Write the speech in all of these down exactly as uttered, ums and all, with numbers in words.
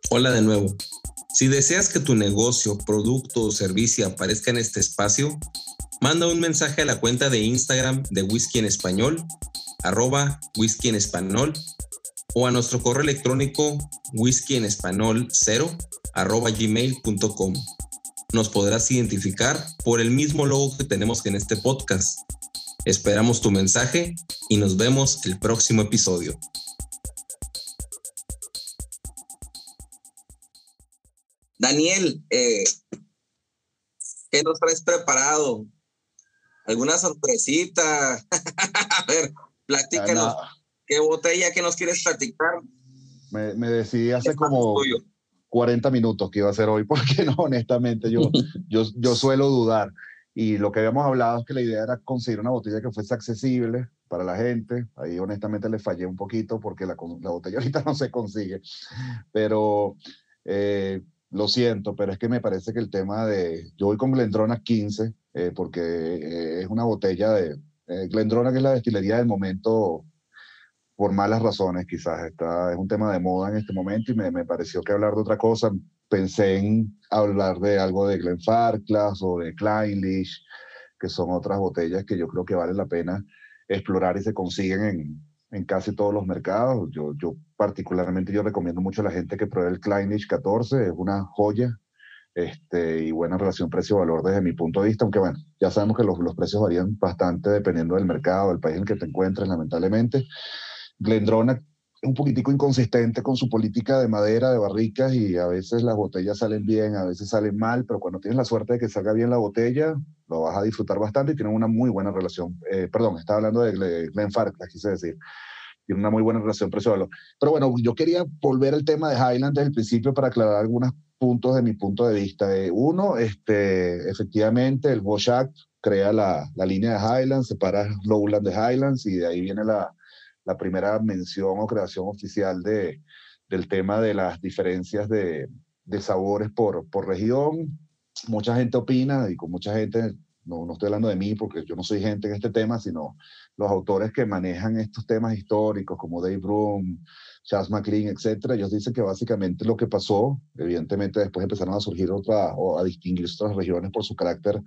Hola de nuevo. Si deseas que tu negocio, producto o servicio aparezca en este espacio, manda un mensaje a la cuenta de Instagram de Whisky en Español, arroba whisky en español, o a nuestro correo electrónico whiskyenespanol cero arroba gmail punto com. Nos podrás identificar por el mismo logo que tenemos en este podcast. Esperamos tu mensaje y nos vemos el próximo episodio. Daniel, eh, ¿qué nos traes preparado? ¿Alguna sorpresita? A ver, platícanos. Ana, ¿Qué botella que nos quieres platicar? me, me decidí hace Espacio como tuyo. cuarenta minutos que iba a ser hoy, porque no, honestamente, yo, yo, yo suelo dudar. Y lo que habíamos hablado es que la idea era conseguir una botella que fuese accesible para la gente. Ahí honestamente le fallé un poquito porque la, la botella ahorita no se consigue. Pero eh, lo siento, pero es que me parece que el tema de... Yo voy con Glendronach quince, eh, porque eh, es una botella de... Eh, Glendronach es la destilería del momento por malas razones, quizás. Está, es un tema de moda en este momento y me, me pareció que hablar de otra cosa. Pensé en hablar de algo de Glenfarclas o de Clynelish, que son otras botellas que yo creo que vale la pena explorar y se consiguen en, en casi todos los mercados. Yo, yo particularmente yo recomiendo mucho a la gente que pruebe el Clynelish catorce, es una joya. Este, y buena relación precio-valor desde mi punto de vista, aunque bueno, ya sabemos que los, los precios varían bastante dependiendo del mercado, del país en el que te encuentres, lamentablemente. Glendronach es un poquitico inconsistente con su política de madera, de barricas, y a veces las botellas salen bien, a veces salen mal, pero cuando tienes la suerte de que salga bien la botella, lo vas a disfrutar bastante y tienen una muy buena relación. Eh, perdón, estaba hablando de Glenfarclas, quise decir. Tiene una muy buena relación precio-valor. Pero bueno, yo quería volver al tema de Highland desde el principio para aclarar algunos puntos de mi punto de vista. Eh, uno, este, efectivamente, el Bosch Act crea la, la línea de Highlands, separa Lowland de Highlands y de ahí viene la, la primera mención o creación oficial de, del tema de las diferencias de, de sabores por, por región. Mucha gente opina y con mucha gente, no, no estoy hablando de mí porque yo no soy gente en este tema, sino los autores que manejan estos temas históricos como Dave Broom, Charles MacLean, etcétera, ellos dicen que básicamente lo que pasó, evidentemente después empezaron a surgir otras o a distinguir otras regiones por su carácter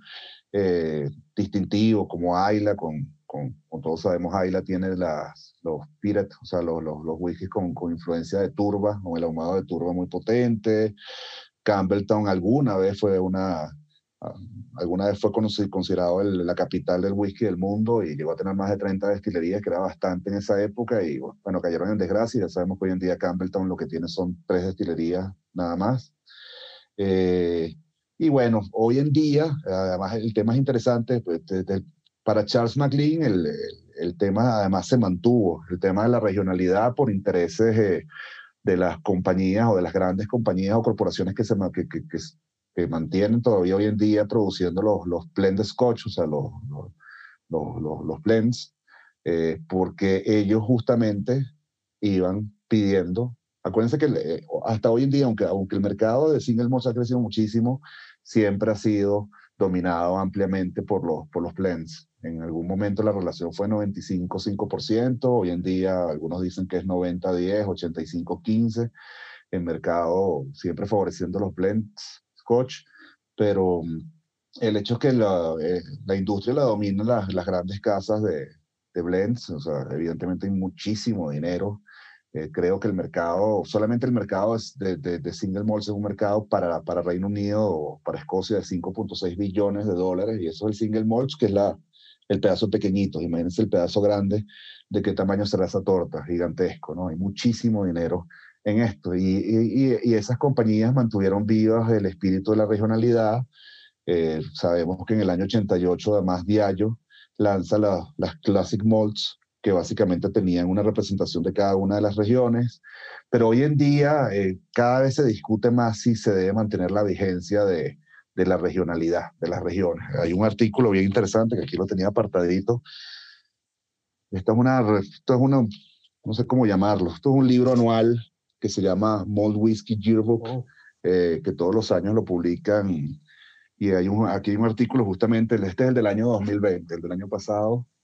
eh, distintivo, como Ayla, con, con, con todos sabemos, Ayla tiene las, los Pirate, o sea, los, los, los whiskies con, con influencia de turba, con el ahumado de turba muy potente. Campbelltown alguna vez fue una, alguna vez fue considerado el, la capital del whisky del mundo y llegó a tener más de treinta destilerías, que era bastante en esa época, y bueno, cayeron en desgracia. Ya sabemos que hoy en día Campbelltown lo que tiene son tres destilerías nada más. Eh, y bueno, hoy en día, además el tema es interesante, pues, de, de, para Charles MacLean el, el, el, tema además se mantuvo, el tema de la regionalidad por intereses eh, de las compañías o de las grandes compañías o corporaciones que se que, que, que, que mantienen todavía hoy en día produciendo los, los blend Scotch, o sea, los, los, los, los, los blends, eh, porque ellos justamente iban pidiendo. Acuérdense que eh, hasta hoy en día, aunque, aunque el mercado de single malts ha crecido muchísimo, siempre ha sido dominado ampliamente por los, por los blends. En algún momento la relación fue noventa y cinco cinco por ciento, hoy en día algunos dicen que es noventa diez, ochenta y cinco quince, el mercado siempre favoreciendo los blends Scotch, pero el hecho es que la, eh, la industria la dominan las, las grandes casas de, de blends, o sea, evidentemente hay muchísimo dinero. Eh, creo que el mercado, solamente el mercado de, de, de single malts es un mercado para, para Reino Unido o para Escocia de cinco punto seis billones de dólares, y eso es el single malts, que es la, el pedazo pequeñito. Imagínense el pedazo grande, de qué tamaño será esa torta, gigantesco, ¿no? Hay muchísimo dinero en esto, y, y, y esas compañías mantuvieron vivas el espíritu de la regionalidad. Eh, sabemos que en el año ochenta y ocho, además, Diageo lanza la, las Classic Malts, que básicamente tenían una representación de cada una de las regiones, pero hoy en día eh, cada vez se discute más si se debe mantener la vigencia de, de la regionalidad, de las regiones. Hay un artículo bien interesante, que aquí lo tenía apartadito. Esto es una, esto es una, no sé cómo llamarlo, esto es un libro anual que se llama Malt Whisky Yearbook, oh. eh, que todos los años lo publican. Y hay un, aquí hay un artículo justamente, este es el del año dos mil veinte, el del año pasado,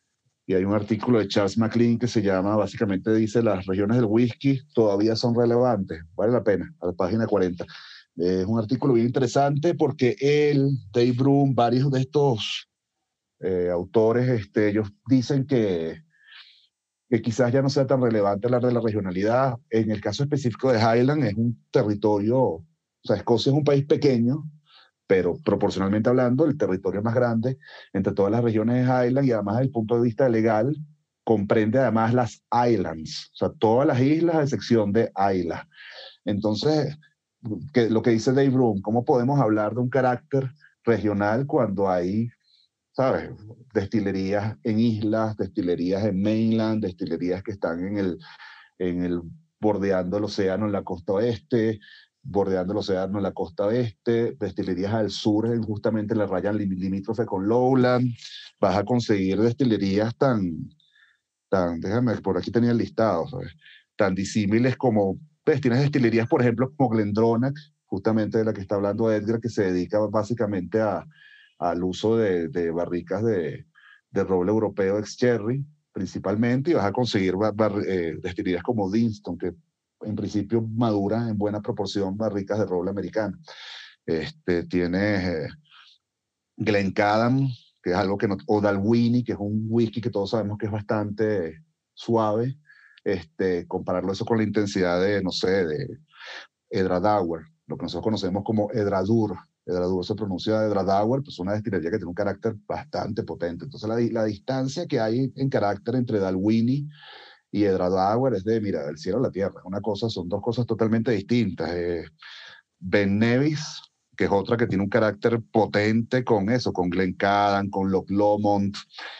y hay un artículo de Charles McLean que se llama, básicamente dice, las regiones del whisky todavía son relevantes, vale la pena, a la página cuarenta. Es un artículo bien interesante porque él, Dave Broom, varios de estos eh, autores, este, ellos dicen que, que quizás ya no sea tan relevante hablar de la regionalidad. En el caso específico de Highland es un territorio, o sea, Escocia es un país pequeño, pero proporcionalmente hablando, el territorio más grande entre todas las regiones de Highland, y además desde el punto de vista legal, comprende además las islands, o sea, todas las islas a excepción de Isla. Entonces, que, lo que dice Dave Broom, ¿cómo podemos hablar de un carácter regional cuando hay, ¿sabes? Destilerías en islas, destilerías en mainland, destilerías que están en el, en el bordeando el océano en la costa oeste, bordeando el océano en la costa oeste, destilerías al sur, en justamente en la raya limítrofe con Lowland. Vas a conseguir destilerías tan, tan, déjame, por aquí tenía el listado, ¿sabes? Tan disímiles como, pues, tienes destilerías, por ejemplo, como Glendronach, justamente de la que está hablando Edgar, que se dedica básicamente a, al uso de, de barricas de, de roble europeo ex-cherry, principalmente, y vas a conseguir bar, bar, eh, destilerías como Dinston, que en principio maduran en buena proporción barricas de roble americano. Este, tienes eh, Glencairn, que es algo que no, o Dalwhinnie, que es un whisky que todos sabemos que es bastante suave, este, compararlo eso con la intensidad de, no sé, de Edradour, lo que nosotros conocemos como Edradur. Edradur se pronuncia Edradour, pues una destilería que tiene un carácter bastante potente. Entonces la, la distancia que hay en carácter entre Dalwhinnie y Edradour es de, mira, del cielo a la tierra. Una cosa, son dos cosas totalmente distintas. Eh, Ben Nevis, que es otra que tiene un carácter potente con eso, con Glencairn, con Loch Lomond.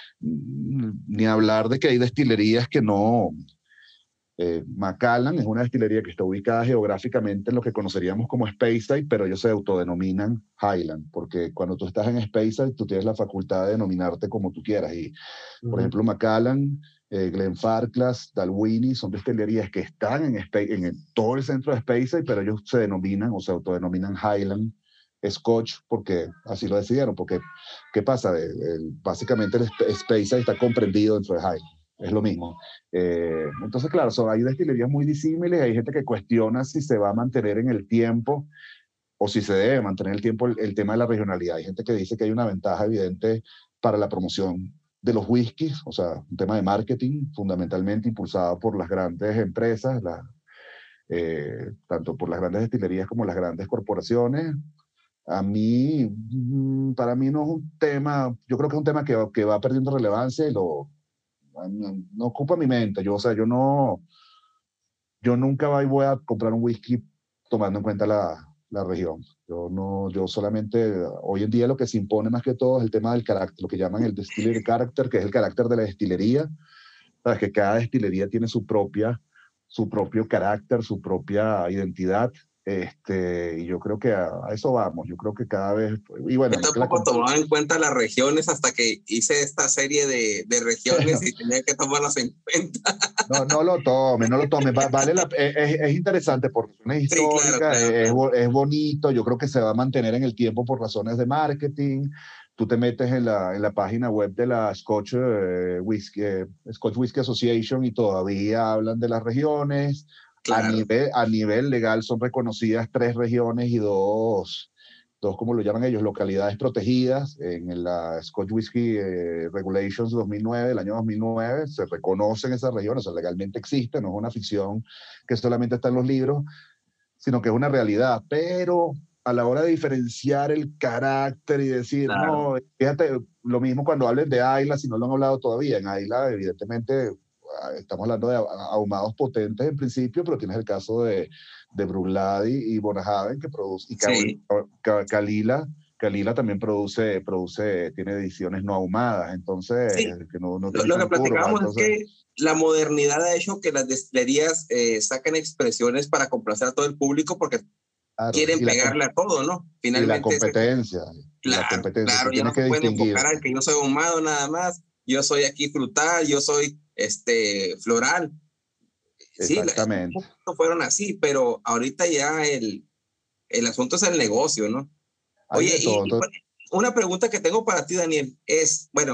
Ni hablar de que hay destilerías que no... Eh, Macallan es una destilería que está ubicada geográficamente en lo que conoceríamos como Speyside, pero ellos se autodenominan Highland, porque cuando tú estás en Speyside, tú tienes la facultad de denominarte como tú quieras. Y, uh-huh. por ejemplo, Macallan, eh, Glenfarclas, Dalwhinnie, son destilerías que están en, en el, todo el centro de Speyside, pero ellos se denominan o se autodenominan Highland Scotch porque así lo decidieron. Porque, ¿qué pasa? El, el, básicamente el Speyside está comprendido dentro de Highland. Es lo mismo. Eh, entonces, claro, so, hay destilerías muy disímiles, hay gente que cuestiona si se va a mantener en el tiempo o si se debe mantener el tiempo el, el tema de la regionalidad. Hay gente que dice que hay una ventaja evidente para la promoción de los whiskies, o sea, un tema de marketing fundamentalmente impulsado por las grandes empresas, la, eh, tanto por las grandes destilerías como las grandes corporaciones. A mí, para mí no es un tema, yo creo que es un tema que, que va perdiendo relevancia y lo... No, no ocupa mi mente. Yo, o sea, yo no, yo nunca voy a comprar un whisky tomando en cuenta la, la región. Yo no, yo solamente, hoy en día lo que se impone más que todo es el tema del carácter, lo que llaman el distillery character, que es el carácter de la destilería. Sabes que cada destilería tiene su propia, su propio carácter, su propia identidad. Este, y yo creo que a, a eso vamos. Yo creo que cada vez. Y bueno, yo tampoco la... tomaba en cuenta las regiones hasta que hice esta serie de, de regiones y tenía que tomarlas en cuenta. No, no lo tome, no lo tome. Vale la, es, es interesante por razones históricas, sí, claro, claro, es, claro. es bonito. Yo creo que se va a mantener en el tiempo por razones de marketing. Tú te metes en la, en la página web de la Scotch, eh, Whisky, eh, Scotch Whisky Association y todavía hablan de las regiones. Claro. A, nivel, a nivel legal son reconocidas tres regiones y dos, dos, como lo llaman ellos, localidades protegidas. En la Scotch Whisky eh, Regulations dos mil nueve, el año dos mil nueve, se reconocen esas regiones, o sea, legalmente existen, no es una ficción que solamente está en los libros, sino que es una realidad. Pero a la hora de diferenciar el carácter y decir, claro. no, fíjate, lo mismo cuando hablen de Islay, si no lo han hablado todavía, en Islay evidentemente estamos hablando de ahumados potentes en principio, pero tienes el caso de, de Bruichladdich y Bunnahabhain que produce, y sí. Caol Caol también produce, produce, tiene ediciones no ahumadas, entonces sí. que no, no lo, lo que platicábamos es que la modernidad ha hecho que las destilerías eh, saquen expresiones para complacer a todo el público porque claro, quieren pegarle a todo, ¿no? Finalmente. Y la competencia. Es, claro, la competencia, claro, ya no se pueden enfocar al que yo soy ahumado nada más, yo soy aquí frutal, yo soy este, floral. Exactamente. Sí, no fueron así, pero ahorita ya el, el asunto es el negocio, ¿no? Hay Oye, y, y una pregunta que tengo para ti, Daniel, es, bueno,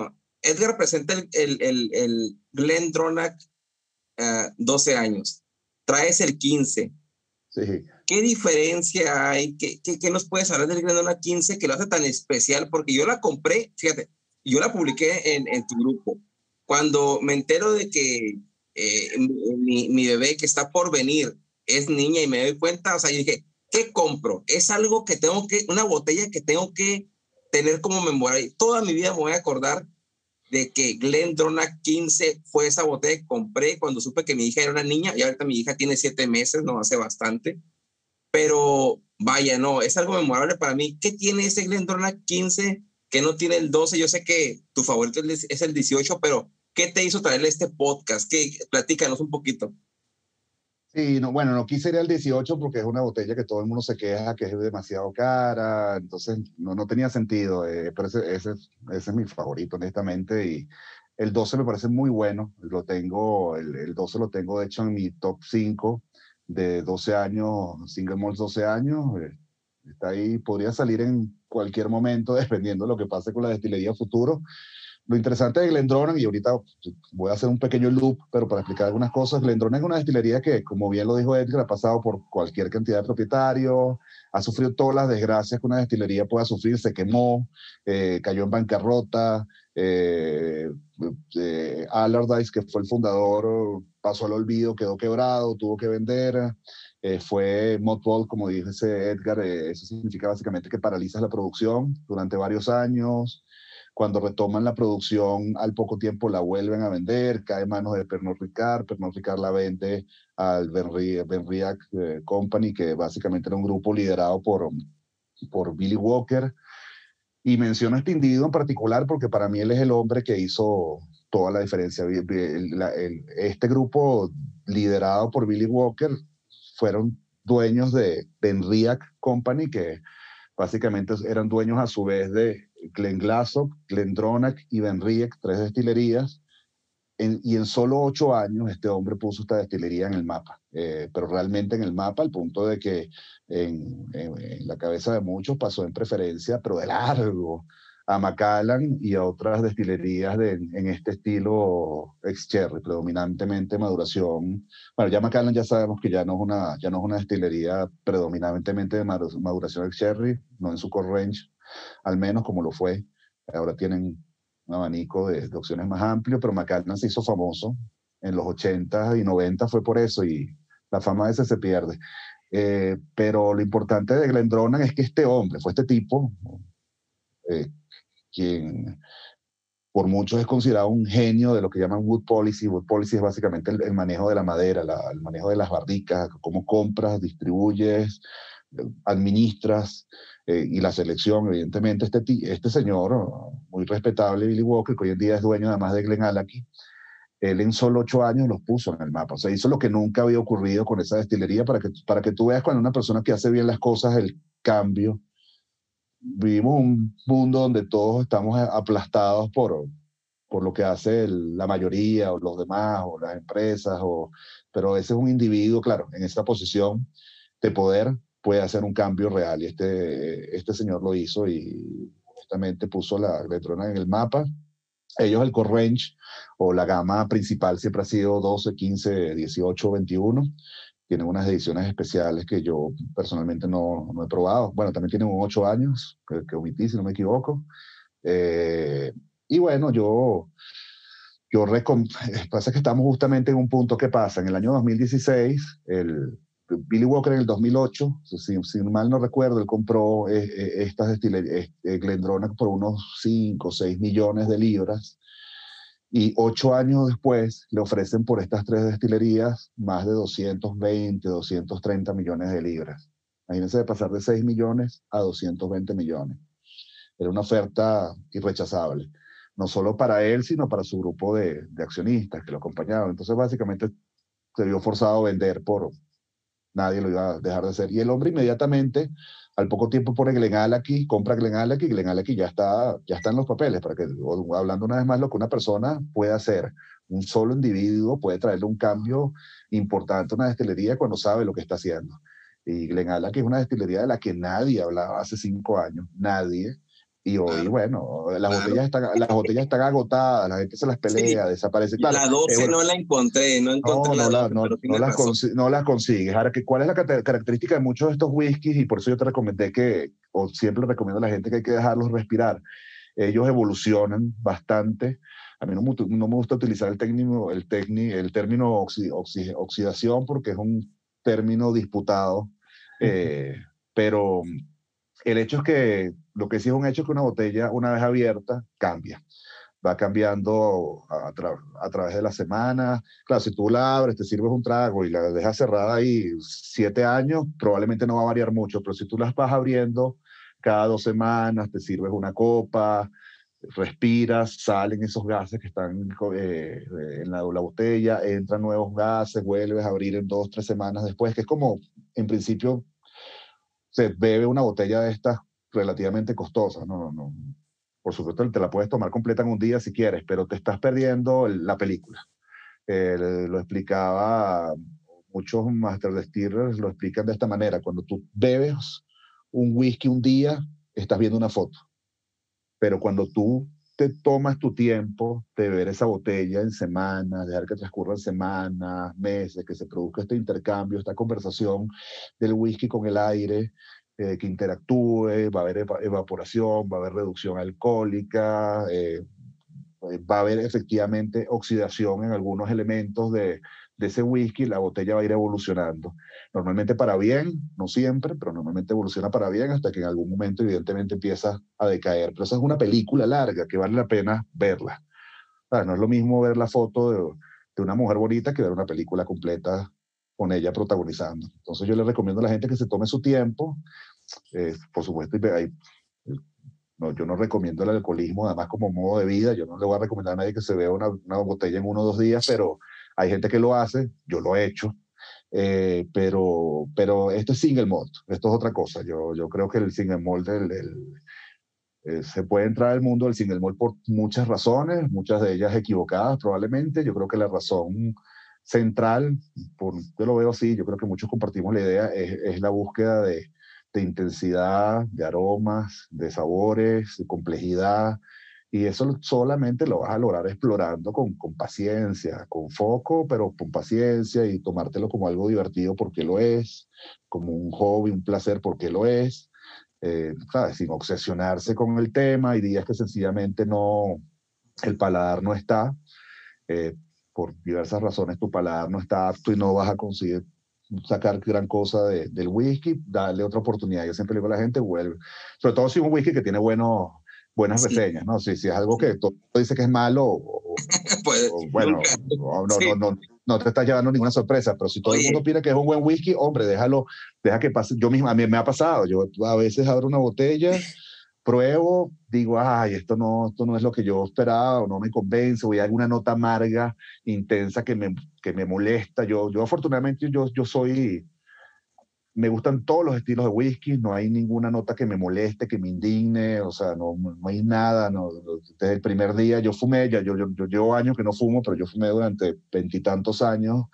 Edgar presenta el, el, el, el GlenDronach uh, doce años, traes el quince. Sí. ¿Qué diferencia hay? ¿Qué, qué, qué nos puedes hablar del GlenDronach quince que lo hace tan especial? Porque yo la compré, fíjate, yo la publiqué en, en tu grupo. Cuando me entero de que eh, mi, mi bebé que está por venir es niña y me doy cuenta, o sea, yo dije, ¿qué compro? Es algo que tengo que, una botella que tengo que tener como memoria. Toda mi vida me voy a acordar de que GlenDronach quince fue esa botella que compré cuando supe que mi hija era una niña, y ahorita mi hija tiene siete meses, no hace bastante. Pero vaya, no, es algo memorable para mí. ¿Qué tiene ese GlenDronach quince que no tiene el doce? Yo sé que tu favorito es el dieciocho, pero ¿qué te hizo traerle este podcast? ¿Qué? Platícanos un poquito. Sí, no, bueno, no quise ir al dieciocho porque es una botella que todo el mundo se queja que es demasiado cara, entonces no, no tenía sentido, eh, pero ese, ese, ese es mi favorito, honestamente, y el doce me parece muy bueno, lo tengo, el, el doce lo tengo de hecho en mi top cinco de doce años, single malt doce años, eh, está ahí, podría salir en cualquier momento dependiendo de lo que pase con la destilería futuro. Lo interesante de GlenDronach, y ahorita voy a hacer un pequeño loop, pero para explicar algunas cosas, GlenDronach es una destilería que, como bien lo dijo Edgar, ha pasado por cualquier cantidad de propietarios, ha sufrido todas las desgracias que una destilería pueda sufrir, se quemó, eh, cayó en bancarrota, eh, eh, Allardyce, que fue el fundador, pasó al olvido, quedó quebrado, tuvo que vender, eh, fue mothball, como dice Edgar, eh, eso significa básicamente que paralizas la producción durante varios años. Cuando retoman la producción, al poco tiempo la vuelven a vender, cae en manos de Pernod Ricard, Pernod Ricard la vende al Benriach eh, Company, que básicamente era un grupo liderado por, por Billy Walker. Y menciono este individuo en particular porque para mí él es el hombre que hizo toda la diferencia. El, el, el, este grupo liderado por Billy Walker fueron dueños de Benriach Company, que básicamente eran dueños a su vez de Glenglassaugh, GlenDronach y Benriach, tres destilerías, en, y en solo ocho años este hombre puso esta destilería en el mapa, eh, pero realmente en el mapa al punto de que en, en, en la cabeza de muchos pasó en preferencia, pero de largo, a Macallan y a otras destilerías de, en este estilo ex-sherry, predominantemente maduración. Bueno, ya Macallan ya sabemos que ya no es una, ya no es una destilería predominantemente de maduración ex-sherry, no en su core range, al menos como lo fue. Ahora tienen un abanico de, de opciones más amplio, pero Macallan se hizo famoso en los ochenta y noventa, fue por eso, y la fama de ese se pierde. Eh, pero lo importante de GlenDronach es que este hombre, fue este tipo, eh, quien por muchos es considerado un genio de lo que llaman wood policy. Wood policy es básicamente el, el manejo de la madera, la, el manejo de las barricas, cómo compras, distribuyes, administras, eh, y la selección, evidentemente. Este, este señor, muy respetable, Billy Walker, que hoy en día es dueño además de GlenAllachie, él en solo ocho años los puso en el mapa. O sea, hizo lo que nunca había ocurrido con esa destilería para que, para que tú veas cuando una persona que hace bien las cosas, el cambio. Vivimos un mundo donde todos estamos aplastados por, por lo que hace el, la mayoría o los demás o las empresas, o, pero ese es un individuo, claro, en esa posición de poder puede hacer un cambio real, y este, este señor lo hizo y justamente puso la GlenDronach en el mapa. Ellos el core range o la gama principal siempre ha sido doce, quince, dieciocho, veintiuno. Tienen unas ediciones especiales que yo personalmente no, no he probado. Bueno, también tienen un ocho años, que, que omití si no me equivoco. Eh, y bueno, yo, yo recom pasa que estamos justamente en un punto que pasa. En el año dos mil dieciséis, el, Billy Walker en el dos mil ocho, si, si mal no recuerdo, él compró eh, eh, estas destilerías, eh, GlenDronach por unos cinco o seis millones de libras. Y ocho años después le ofrecen por estas tres destilerías más de doscientos veinte, doscientos treinta millones de libras. Imagínense de pasar de seis millones a doscientos veinte millones. Era una oferta irrechazable, no solo para él, sino para su grupo de, de accionistas que lo acompañaban. Entonces, básicamente, se vio forzado a vender por, nadie lo iba a dejar de hacer. Y el hombre inmediatamente, al poco tiempo, pone GlenAllachie, compra GlenAllachie, y GlenAllachie ya está, ya está en los papeles, para que, hablando una vez más, lo que una persona puede hacer, un solo individuo puede traerle un cambio importante a una destilería cuando sabe lo que está haciendo. Y GlenAllachie es una destilería de la que nadie hablaba hace cinco años, nadie. Y hoy, Claro, bueno, las, claro. botellas están, las botellas están agotadas, la gente se las pelea, Sí, desaparece. Claro, la eh, doce bueno, no la encontré, no encontré no, la no, la, doce, no, pero no, tienes las razón. consi- no las consigues. Ahora, ¿cuál es la cata- característica de muchos de estos whiskies? Y por eso yo te recomendé que, o siempre recomiendo a la gente que hay que dejarlos respirar. Ellos evolucionan bastante. A mí no, me no me gusta utilizar el, término, el, tecni, el término oxi, oxi, oxidación porque es un término disputado, eh, pero el hecho es que, lo que sí es un hecho es que una botella, una vez abierta, cambia. Va cambiando a, tra a través de la semana. Claro, si tú la abres, te sirves un trago y la dejas cerrada ahí siete años, probablemente no va a variar mucho, pero si tú las vas abriendo cada dos semanas, te sirves una copa, respiras, salen esos gases que están eh, en la, la botella, entran nuevos gases, vuelves a abrir en dos, tres semanas después, que es como, en principio, se bebe una botella de estas relativamente costosas, no, no, no. Por supuesto, te la puedes tomar completa en un día si quieres, pero te estás perdiendo la película. Eh, lo explicaba, muchos Master Distillers lo explican de esta manera. Cuando tú bebes un whisky un día, estás viendo una foto. Pero cuando tú te tomas tu tiempo de beber esa botella en semanas, dejar que transcurran semanas, meses, que se produzca este intercambio, esta conversación del whisky con el aire, eh, que interactúe, va a haber eva evaporación, va a haber reducción alcohólica, eh, va a haber efectivamente oxidación en algunos elementos de, de ese whisky, la botella va a ir evolucionando. Normalmente para bien, no siempre, pero normalmente evoluciona para bien hasta que en algún momento evidentemente empieza a decaer. Pero esa es una película larga que vale la pena verla. O sea, no es lo mismo ver la foto de, de una mujer bonita que ver una película completa con ella protagonizando. Entonces yo le recomiendo a la gente que se tome su tiempo. Eh, por supuesto, hay, no, yo no recomiendo el alcoholismo, además como modo de vida. Yo no le voy a recomendar a nadie que se vea una, una botella en uno o dos días, pero hay gente que lo hace, yo lo he hecho. Eh, pero, pero esto es single malt, esto es otra cosa. Yo, yo creo que el single malt, el, el, eh, se puede entrar al mundo del single malt por muchas razones, muchas de ellas equivocadas probablemente. Yo creo que la razón central, por, yo lo veo así, yo creo que muchos compartimos la idea, es, es la búsqueda de, de intensidad, de aromas, de sabores, de complejidad, y eso solamente lo vas a lograr explorando con, con paciencia, con foco, pero con paciencia y tomártelo como algo divertido porque lo es, como un hobby, un placer porque lo es, eh, ¿sabes? Sin obsesionarse con el tema. Hay días que sencillamente no, el paladar no está, eh, por diversas razones tu paladar no está apto y no vas a conseguir sacar gran cosa de, del whisky, darle otra oportunidad. Yo siempre le digo a la gente, vuelve. Sobre todo si es un whisky que tiene buenos, buenas Sí, reseñas, ¿no? Si, si es algo sí. que todo el mundo dice que es malo, o, Pues o, bueno, nunca. no, no, no, Sí. no, no te estás llevando ninguna sorpresa, pero si todo el mundo Oye, opina que es un buen whisky, hombre, déjalo, deja que pase. Yo mismo, a mí me ha pasado, yo a veces abro una botella, pruebo, digo, ay, esto no, esto no es lo que yo esperaba, o no me convence, o hay alguna nota amarga, intensa que me, que me molesta. Yo, yo afortunadamente, yo, yo soy, me gustan todos los estilos de whisky, no hay ninguna nota que me moleste, que me indigne, o sea, no, no hay nada. No, desde el primer día yo fumé, ya yo, yo, yo llevo años que no fumo, pero yo fumé durante veintitantos años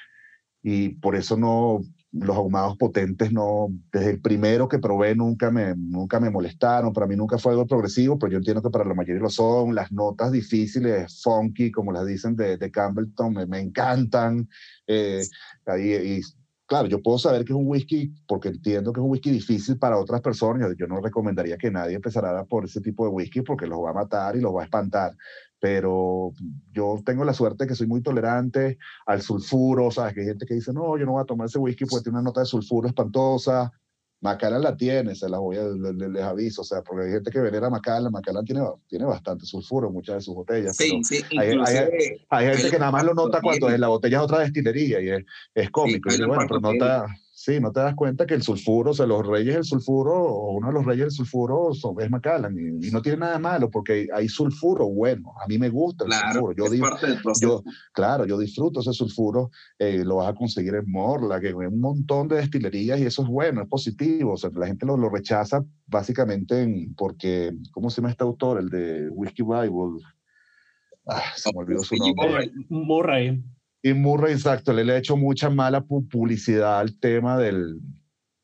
y por eso no, los ahumados potentes no, desde el primero que probé nunca me, nunca me molestaron, para mí nunca fue algo progresivo, pero yo entiendo que para la mayoría lo son. Las notas difíciles, funky, como las dicen de, de Campbellton, me, me encantan. Eh, y, y claro, yo puedo saber que es un whisky porque entiendo que es un whisky difícil para otras personas. Yo no recomendaría que nadie empezara por ese tipo de whisky porque los va a matar y los va a espantar. Pero yo tengo la suerte de que soy muy tolerante al sulfuro, ¿sabes? Que hay gente que dice, no, yo no voy a tomar ese whisky porque tiene una nota de sulfuro espantosa. Macallan la tiene, se las voy a, les, les aviso, o sea, porque hay gente que venera Macallan, Macallan tiene, tiene bastante sulfuro en muchas de sus botellas, sí, pero sí, hay, hay, inclusive hay gente que Island nada más Park lo lo nota cuando en tiene. la botella es otra destilería y es, es Sí, cómico. Y yo digo, Island bueno, Park pero lo no te, tiene. sí, no te das cuenta que el sulfuro, o sea, los reyes del sulfuro, o uno de los reyes del sulfuro son, es Macallan, y, y no tiene nada de malo porque hay sulfuro bueno. A mí me gusta el Claro, sulfuro. Yo es digo, parte del proceso. yo, claro, yo disfruto ese sulfuro, eh, lo vas a conseguir en Morla, que en un montón de destilerías, y eso es bueno, es positivo. O sea, la gente lo, lo rechaza básicamente en, porque, ¿cómo se llama este autor? El de Whiskey Bible. Ah, se me olvidó su Fiji nombre. Murray. Eh, Murray. Y Murray, exacto, le, le ha hecho mucha mala pu- publicidad al tema del,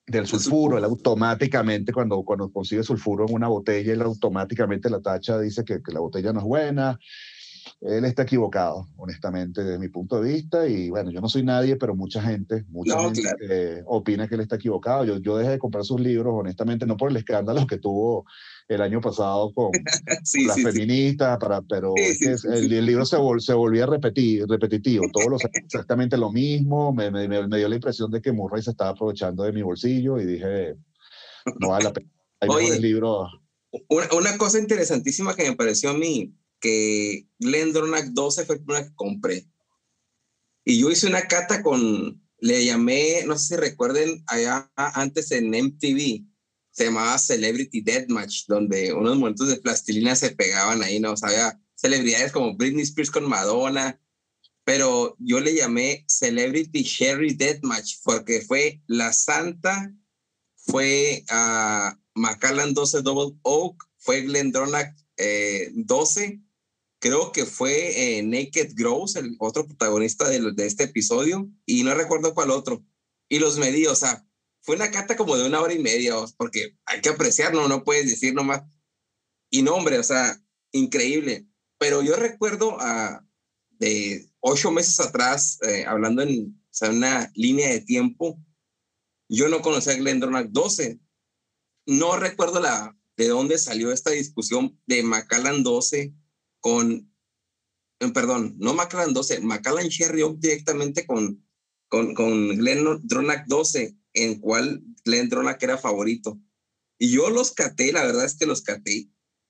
del sulfuro. Él automáticamente, cuando, cuando consigue sulfuro en una botella, él automáticamente la tacha dice que, que la botella no es buena. Él está equivocado, honestamente, desde mi punto de vista. Y bueno, yo no soy nadie, pero mucha gente, mucha No, gente claro. eh, opina que él está equivocado. Yo, yo dejé de comprar sus libros, honestamente, no por el escándalo que tuvo el año pasado con, Sí, con las sí, sí. feministas, para, pero Sí, es que sí, es- sí, el, sí. el libro se, vol, se volvía repetir, repetitivo. Todos los años exactamente lo mismo. Me, me, me dio la impresión de que Murray se estaba aprovechando de mi bolsillo y dije, no vale la pena. Hay mejores Oye, libros. una, una cosa interesantísima que me pareció a mí, que GlenDronach doce fue una que compré. Y yo hice una cata con, le llamé, no sé si recuerden, allá antes en M T V, se llamaba Celebrity Deathmatch, donde unos momentos de plastilina se pegaban ahí, ¿no? O sea, había celebridades como Britney Spears con Madonna, pero yo le llamé Celebrity Sherry Deathmatch porque fue la Santa, fue a uh, Macallan doce Double Oak, fue GlenDronach eh, doce, creo que fue eh, Naked Gross, el otro protagonista de, de este episodio, y no recuerdo cuál otro. Y los medí, o sea, fue una cata como de una hora y media, porque hay que apreciarlo, no puedes decir nomás. Y no, hombre, o sea, increíble. Pero yo recuerdo a, de ocho meses atrás, eh, hablando en o sea, una línea de tiempo, yo no conocía a GlenDronach doce. No recuerdo la, de dónde salió esta discusión de Macallan doce con perdón, no Macallan doce, Macallan Cherry Oak directamente con, con, con GlenDronach doce, en cual GlenDronach era favorito. Y yo los caté, la verdad es que los caté,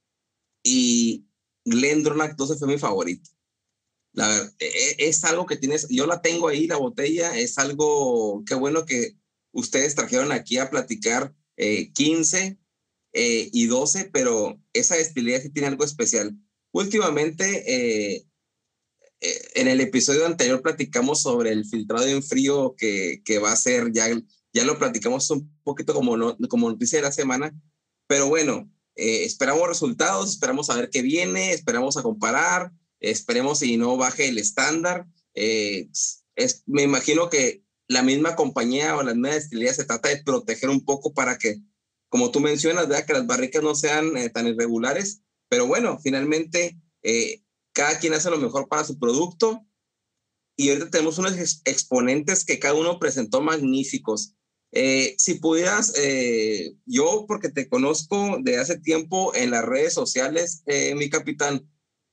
y GlenDronach doce fue mi favorito. La verdad, es algo que tienes, yo la tengo ahí, la botella, es algo, qué bueno que ustedes trajeron aquí a platicar eh, quince eh, y doce, pero esa destilería sí tiene algo especial. Últimamente, eh, en el episodio anterior platicamos sobre el filtrado en frío que, que va a ser, ya, ya lo platicamos un poquito como, no, como noticia de la semana, pero bueno, eh, esperamos resultados, esperamos a ver qué viene, esperamos a comparar, esperemos si no baje el estándar. Eh, es, me imagino que la misma compañía o la misma destilería se trata de proteger un poco para que, como tú mencionas, ¿verdad? Que las barricas no sean eh, tan irregulares, pero bueno, finalmente... Eh, cada quien hace lo mejor para su producto y ahorita tenemos unos ex exponentes que cada uno presentó magníficos. Eh, si pudieras, eh, yo porque te conozco de hace tiempo en las redes sociales, eh, mi capitán,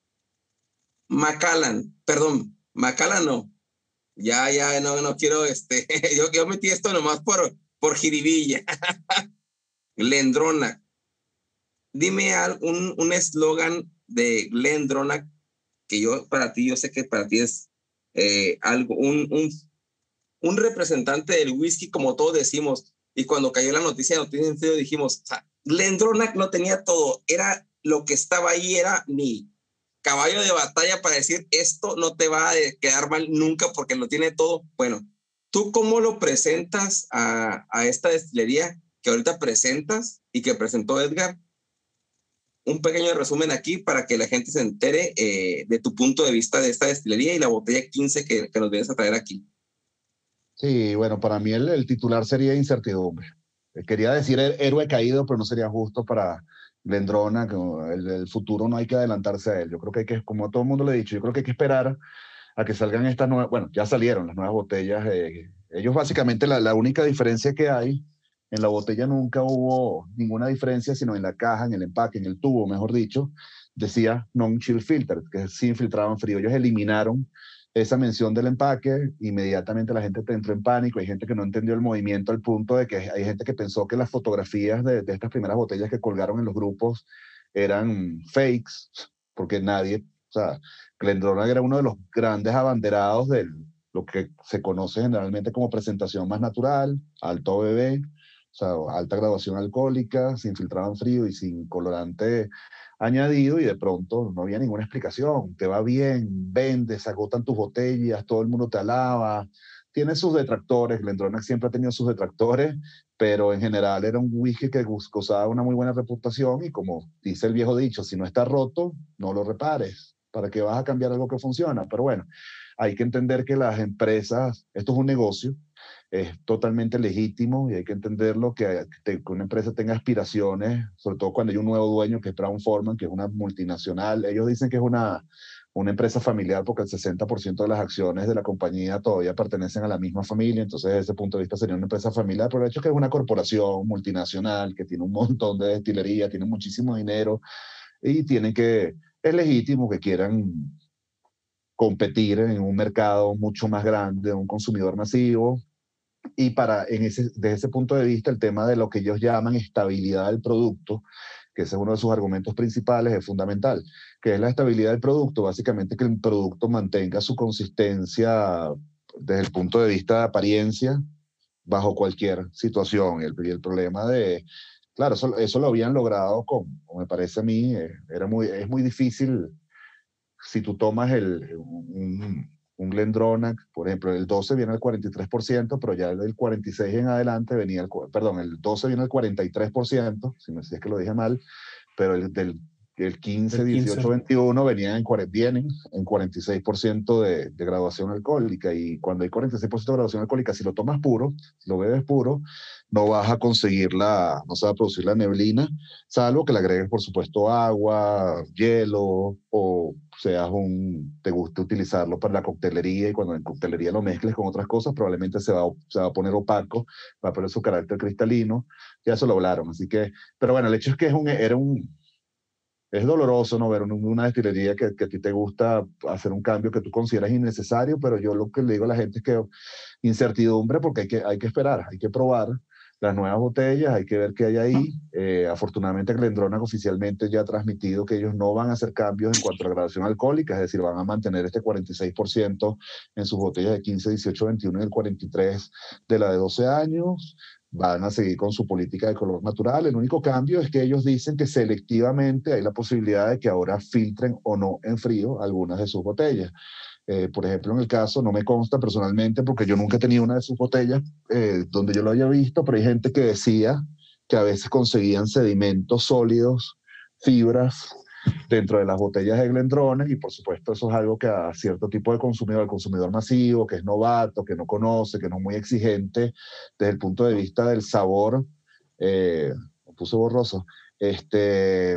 Macallan, perdón, Macallan no, ya, ya, no, no quiero, este, yo, yo metí esto nomás por, por jiribilla. GlenDronach, dime un eslogan de GlenDronach que yo, para ti, yo sé que para ti es eh, algo, un, un, un representante del whisky, como todos decimos, y cuando cayó la noticia de Noticias en Frío dijimos, o sea, GlenDronach lo tenía todo, era lo que estaba ahí, era mi caballo de batalla para decir, esto no te va a quedar mal nunca porque lo tiene todo. Bueno, ¿tú cómo lo presentas a, a esta destilería que ahorita presentas y que presentó Edgar? Un pequeño resumen aquí para que la gente se entere eh, de tu punto de vista de esta destilería y la botella quince que, que nos vienes a traer aquí. Sí, bueno, para mí el, el titular sería incertidumbre. Eh, Quería decir el héroe caído, pero no sería justo para GlenDronach. Que El, el futuro no hay que adelantarse a él. Yo creo que hay que, como todo el mundo le he dicho, yo creo que hay que esperar a que salgan estas nuevas, bueno, ya salieron las nuevas botellas. Eh, ellos básicamente la, la única diferencia que hay, en la botella nunca hubo ninguna diferencia, sino en la caja, en el empaque, en el tubo, mejor dicho, decía non-chill filter, que es sin filtrado en frío. Ellos eliminaron esa mención del empaque, inmediatamente la gente entró en pánico, hay gente que no entendió el movimiento al punto de que hay gente que pensó que las fotografías de, de estas primeras botellas que colgaron en los grupos eran fakes, porque nadie, o sea, GlenDronach era uno de los grandes abanderados de lo que se conoce generalmente como presentación más natural, alto A B V, o sea, alta graduación alcohólica, sin filtrado en frío y sin colorante añadido, y de pronto no había ninguna explicación. Te va bien, vendes, agotan tus botellas, todo el mundo te alaba. Tiene sus detractores, GlenDronach siempre ha tenido sus detractores, pero en general era un whisky que gozaba una muy buena reputación y como dice el viejo dicho, si no está roto, no lo repares. ¿Para qué vas a cambiar algo que funciona? Pero bueno, hay que entender que las empresas, esto es un negocio, es totalmente legítimo y hay que entenderlo, que, que una empresa tenga aspiraciones, sobre todo cuando hay un nuevo dueño que es Brown-Forman, que es una multinacional. Ellos dicen que es una, una empresa familiar porque el sesenta por ciento de las acciones de la compañía todavía pertenecen a la misma familia, entonces desde ese punto de vista sería una empresa familiar, pero el hecho es que es una corporación multinacional que tiene un montón de destilería, tiene muchísimo dinero y tienen que, es legítimo que quieran competir en un mercado mucho más grande, un consumidor masivo, y para, en ese, desde ese punto de vista, el tema de lo que ellos llaman estabilidad del producto, que ese es uno de sus argumentos principales, es fundamental, que es la estabilidad del producto, básicamente que el producto mantenga su consistencia desde el punto de vista de apariencia bajo cualquier situación. Y el, y el problema de, claro, eso, eso lo habían logrado con, me parece a mí, eh, era muy, es muy difícil si tú tomas el, un, un Glendronach, por ejemplo, el doce viene al cuarenta y tres por ciento, pero ya del cuarenta y seis en adelante venía el, perdón, el doce viene al cuarenta y tres por ciento, si, me, si es que lo dije mal, pero el del el quince, dieciocho, veintiuno venían en, vienen en cuarenta y seis por ciento de, de graduación alcohólica, y cuando hay cuarenta y seis por ciento de graduación alcohólica, si lo tomas puro, si lo bebes puro, no vas a conseguir la, no se va a producir la neblina, salvo que le agregues, por supuesto, agua, hielo, o seas un, te guste utilizarlo para la coctelería, y cuando en coctelería lo mezcles con otras cosas, probablemente se va, se va a poner opaco, va a perder su carácter cristalino, ya eso lo hablaron, así que, pero bueno, el hecho es que es un, era un, es doloroso no ver una destilería que, que a ti te gusta hacer un cambio que tú consideras innecesario, pero yo lo que le digo a la gente es que incertidumbre, porque hay que, hay que esperar, hay que probar las nuevas botellas, hay que ver qué hay ahí. Eh, afortunadamente Glendronach oficialmente ya ha transmitido que ellos no van a hacer cambios en cuanto a la graduación alcohólica, es decir, van a mantener este cuarenta y seis por ciento en sus botellas de quince, dieciocho, veintiuno y el cuarenta y tres de la de doce años. Van a seguir con su política de color natural. El único cambio es que ellos dicen que selectivamente hay la posibilidad de que ahora filtren o no en frío algunas de sus botellas. Eh, por ejemplo, en el caso, no me consta personalmente porque yo nunca he tenido una de sus botellas eh, donde yo lo haya visto, pero hay gente que decía que a veces conseguían sedimentos sólidos, fibras, dentro de las botellas de Glendronach, y por supuesto eso es algo que a cierto tipo de consumidor, el consumidor masivo, que es novato, que no conoce, que no es muy exigente desde el punto de vista del sabor, eh, me puse borroso, este,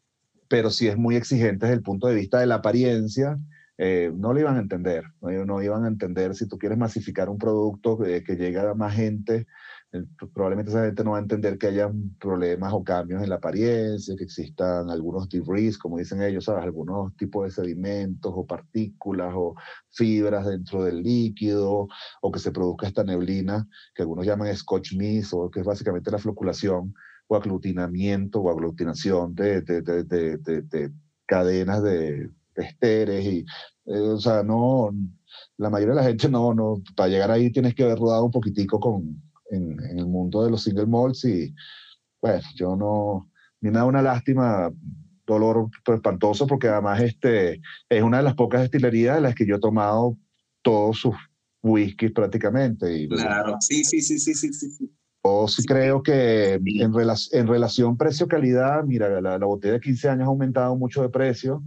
pero sí es muy exigente desde el punto de vista de la apariencia. Eh, no lo iban a entender, no, no iban a entender si tú quieres masificar un producto eh, que llegue a más gente, eh, probablemente esa gente no va a entender que haya problemas o cambios en la apariencia, que existan algunos debris, como dicen ellos, ¿sabes? Algunos tipos de sedimentos o partículas o fibras dentro del líquido, o que se produzca esta neblina que algunos llaman Scotch mist, o que es básicamente la floculación o aglutinamiento o aglutinación de, de, de, de, de, de cadenas de, de esteres. Y, eh, o sea, no, la mayoría de la gente no, no, para llegar ahí tienes que haber rodado un poquitico con, en, en el mundo de los single malts, y bueno, yo no, a mí me da una lástima, dolor espantoso, porque además este, es una de las pocas destilerías de las que yo he tomado todos sus whiskies prácticamente. Y claro, sí, sí, sí, sí, sí, sí. Yo sí creo que en, rela en relación precio-calidad, mira, la, la botella de quince años ha aumentado mucho de precio.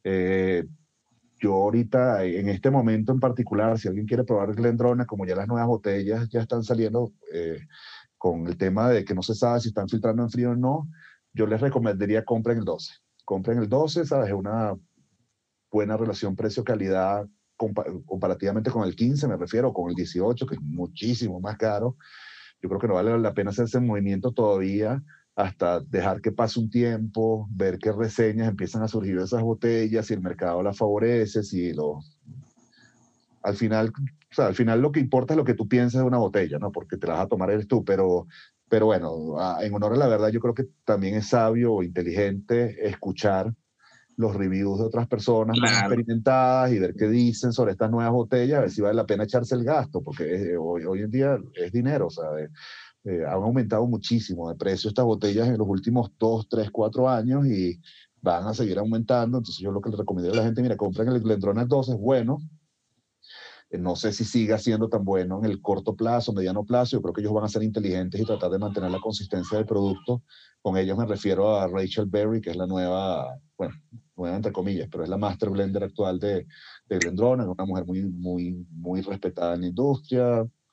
Eh, yo ahorita, en este momento en particular, si alguien quiere probar Glendronach, como ya las nuevas botellas ya están saliendo eh, con el tema de que no se sabe si están filtrando en frío o no, yo les recomendaría compren el doce. Compren el doce, ¿sabes? Es una buena relación precio-calidad compa comparativamente con el quince, me refiero, con el dieciocho, que es muchísimo más caro. Yo creo que no vale la pena hacer ese movimiento todavía hasta dejar que pase un tiempo, ver qué reseñas empiezan a surgir de esas botellas, si el mercado las favorece, si lo... Al final, o sea, al final lo que importa es lo que tú piensas de una botella, ¿no? Porque te la vas a tomar eres tú, pero, pero bueno, en honor a la verdad, yo creo que también es sabio o inteligente escuchar los reviews de otras personas más Claro. experimentadas y ver qué dicen sobre estas nuevas botellas, a ver si vale la pena echarse el gasto, porque eh, hoy, hoy en día es dinero, o sea, eh, eh, han aumentado muchísimo de precio estas botellas en los últimos dos, tres, cuatro años, y van a seguir aumentando. Entonces yo lo que le recomiendo a la gente, mira, compren el Glendronach dos, es bueno. Eh, no sé si siga siendo tan bueno en el corto plazo, mediano plazo. Yo creo que ellos van a ser inteligentes y tratar de mantener la consistencia del producto. Con ellos me refiero a Rachel Berry, que es la nueva, bueno, nueva entre comillas, pero es la master blender actual de, de Glendronach, una mujer muy, muy, muy respetada en la industria.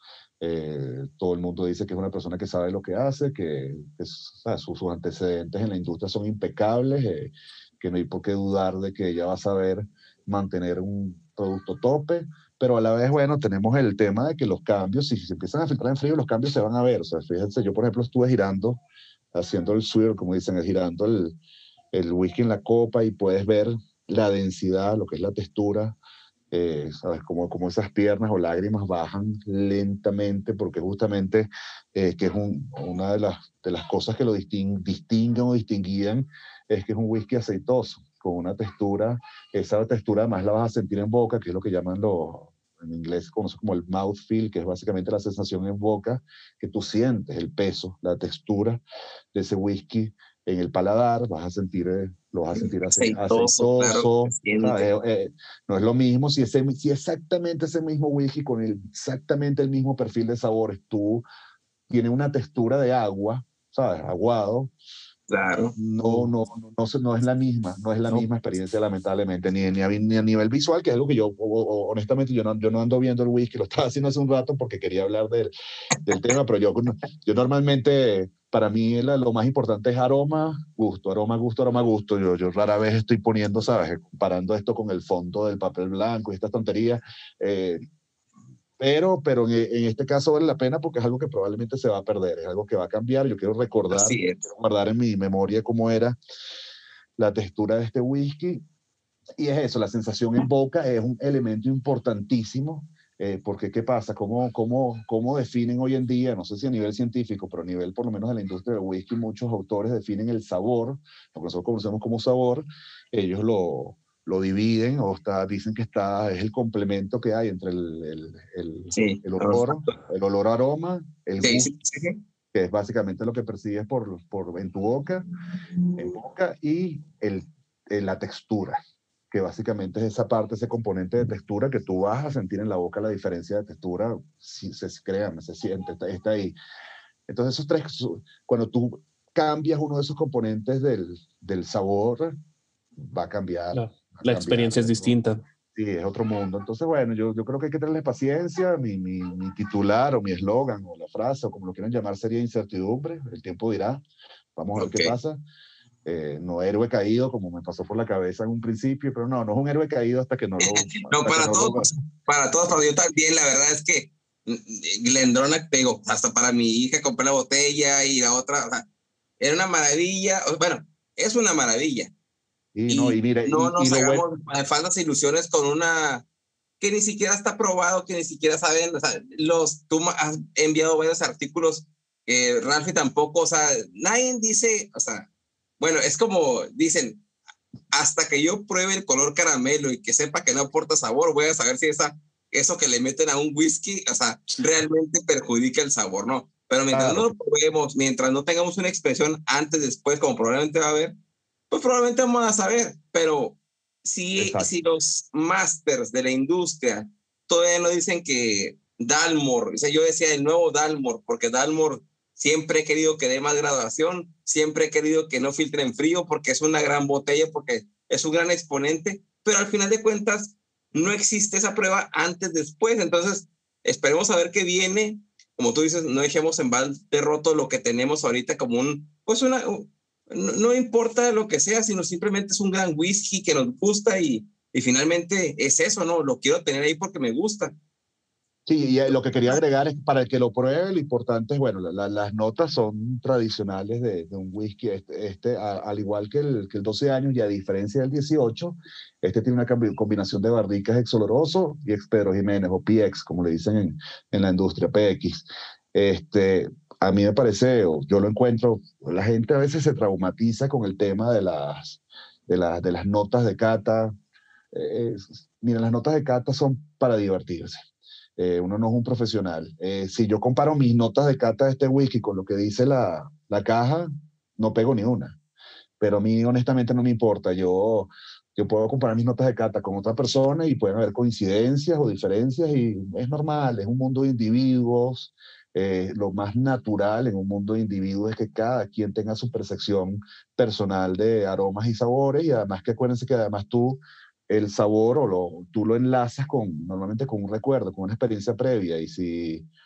Eh, todo el mundo dice que es una persona que sabe lo que hace, que, que o sea, sus, sus antecedentes en la industria son impecables, eh, que no hay por qué dudar de que ella va a saber mantener un producto tope, pero a la vez, bueno, tenemos el tema de que los cambios, si se empiezan a filtrar en frío, los cambios se van a ver. O sea, fíjense, yo por ejemplo estuve girando, haciendo el swirl, como dicen, girando el, el whisky en la copa y puedes ver la densidad, lo que es la textura, eh, ¿sabes? Como, como esas piernas o lágrimas bajan lentamente, porque justamente eh, que es un, una de las, de las cosas que lo disting, distinguen o distinguían, es que es un whisky aceitoso, con una textura, esa textura además la vas a sentir en boca, que es lo que llaman los, en inglés conocido como el mouthfeel, que es básicamente la sensación en boca, que tú sientes el peso, la textura de ese whisky en el paladar, vas a sentir, eh, lo vas a sentir ace- Aceitoso, claro, aceitoso, se siente. ¿sabes? Eh, eh, no es lo mismo si, ese, si exactamente ese mismo whisky con el, exactamente el mismo perfil de sabores, tú tienes una textura de agua, ¿sabes? Aguado, Claro. no, no, no, no, se- no es la misma, no es la No. misma experiencia, lamentablemente, ni, ni, a, ni a nivel visual, que es algo que yo, o- o- honestamente, yo no, yo no ando viendo el whisky, lo estaba haciendo hace un rato porque quería hablar del, del tema, pero yo, yo normalmente, para mí la- lo más importante es aroma, gusto, aroma, gusto, aroma, gusto. Yo, yo rara vez estoy poniendo, ¿sabes? Comparando esto con el fondo del papel blanco y estas tonterías. Eh, pero, pero en, en este caso vale la pena porque es algo que probablemente se va a perder, es algo que va a cambiar. Yo quiero recordar, Así quiero es. guardar en mi memoria cómo era la textura de este whisky. Y es eso, la sensación en boca es un elemento importantísimo, eh, porque ¿qué pasa? ¿Cómo, cómo, ¿Cómo definen hoy en día, no sé si a nivel científico, pero a nivel por lo menos de la industria del whisky, muchos autores definen el sabor, lo que nosotros conocemos como sabor, ellos lo, lo dividen o está, dicen que está, es el complemento que hay entre el, el, el, Sí, el los olor, factores. el olor aroma, el Sí, gusto, sí, sí, sí. que es básicamente lo que percibes por, por, en tu boca, en boca y el, el, la textura, que básicamente es esa parte, ese componente de textura que tú vas a sentir en la boca, la diferencia de textura, si, se, créanme, se siente, está, está ahí. Entonces esos tres, cuando tú cambias uno de esos componentes del, del sabor, va a cambiar, La, va a la cambiar. experiencia es distinta. Sí, es otro mundo. Entonces, bueno, yo, yo creo que hay que tenerle paciencia. Mi, mi, mi titular o mi eslogan o la frase o como lo quieran llamar sería incertidumbre. El tiempo dirá. Vamos a ver Ok. qué pasa. Eh, no héroe caído, como me pasó por la cabeza en un principio, pero no, no es un héroe caído hasta que no lo... No, Hasta que para no todos, lo para todos, para yo también, la verdad es que Glendronach, te digo, hasta para mi hija compré la botella y la otra, o sea, era una maravilla, bueno, es una maravilla. y no, y Y mire, no y, y nos lo bueno... hagamos falsas ilusiones con una que ni siquiera está probado, que ni siquiera saben, o sea, los, tú has enviado varios artículos, eh, Ralphie tampoco, o sea, nadie dice, o sea, bueno, es como dicen, hasta que yo pruebe el color caramelo y que sepa que no aporta sabor, voy a saber si esa, eso que le meten a un whisky, o sea, realmente perjudica el sabor, ¿no? Pero mientras no Claro, lo probemos, mientras no tengamos una expresión antes, después, como probablemente va a haber, pues probablemente vamos a saber, pero si, si exacto. los masters de la industria todavía no dicen que Dalmor, o sea, yo decía el nuevo Dalmor, porque Dalmor siempre he querido que dé más graduación, siempre he querido que no filtre en frío porque es una gran botella, porque es un gran exponente, pero al final de cuentas no existe esa prueba antes, después, entonces esperemos a ver qué viene. Como tú dices, no dejemos en balde roto lo que tenemos ahorita como un, pues una, no, no importa lo que sea, sino simplemente es un gran whisky que nos gusta y, y finalmente es eso, ¿no? Lo quiero tener ahí porque me gusta. Sí, y lo que quería agregar es para el que lo pruebe, lo importante es, bueno, la, la, las notas son tradicionales de, de un whisky, este, este a, al igual que el, que el doce años y a diferencia del dieciocho, este tiene una combinación de barricas ex oloroso y ex Pedro Jiménez, o P X, como le dicen en, en la industria, P X. Este, a mí me parece, o yo lo encuentro, la gente a veces se traumatiza con el tema de las, de, la, de las notas de cata. Eh, mira, las notas de cata son para divertirse. Eh, uno no es un profesional. Eh, si yo comparo mis notas de cata de este whisky con lo que dice la, la caja, no pego ni una. Pero a mí honestamente no me importa. Yo, yo puedo comparar mis notas de cata con otra persona y pueden haber coincidencias o diferencias y es normal, es un mundo de individuos. Eh, lo más natural en un mundo de individuos es que cada quien tenga su percepción personal de aromas y sabores y además que acuérdense que además tú el sabor o lo, tú lo enlazas con, normalmente con un recuerdo, con una experiencia previa y si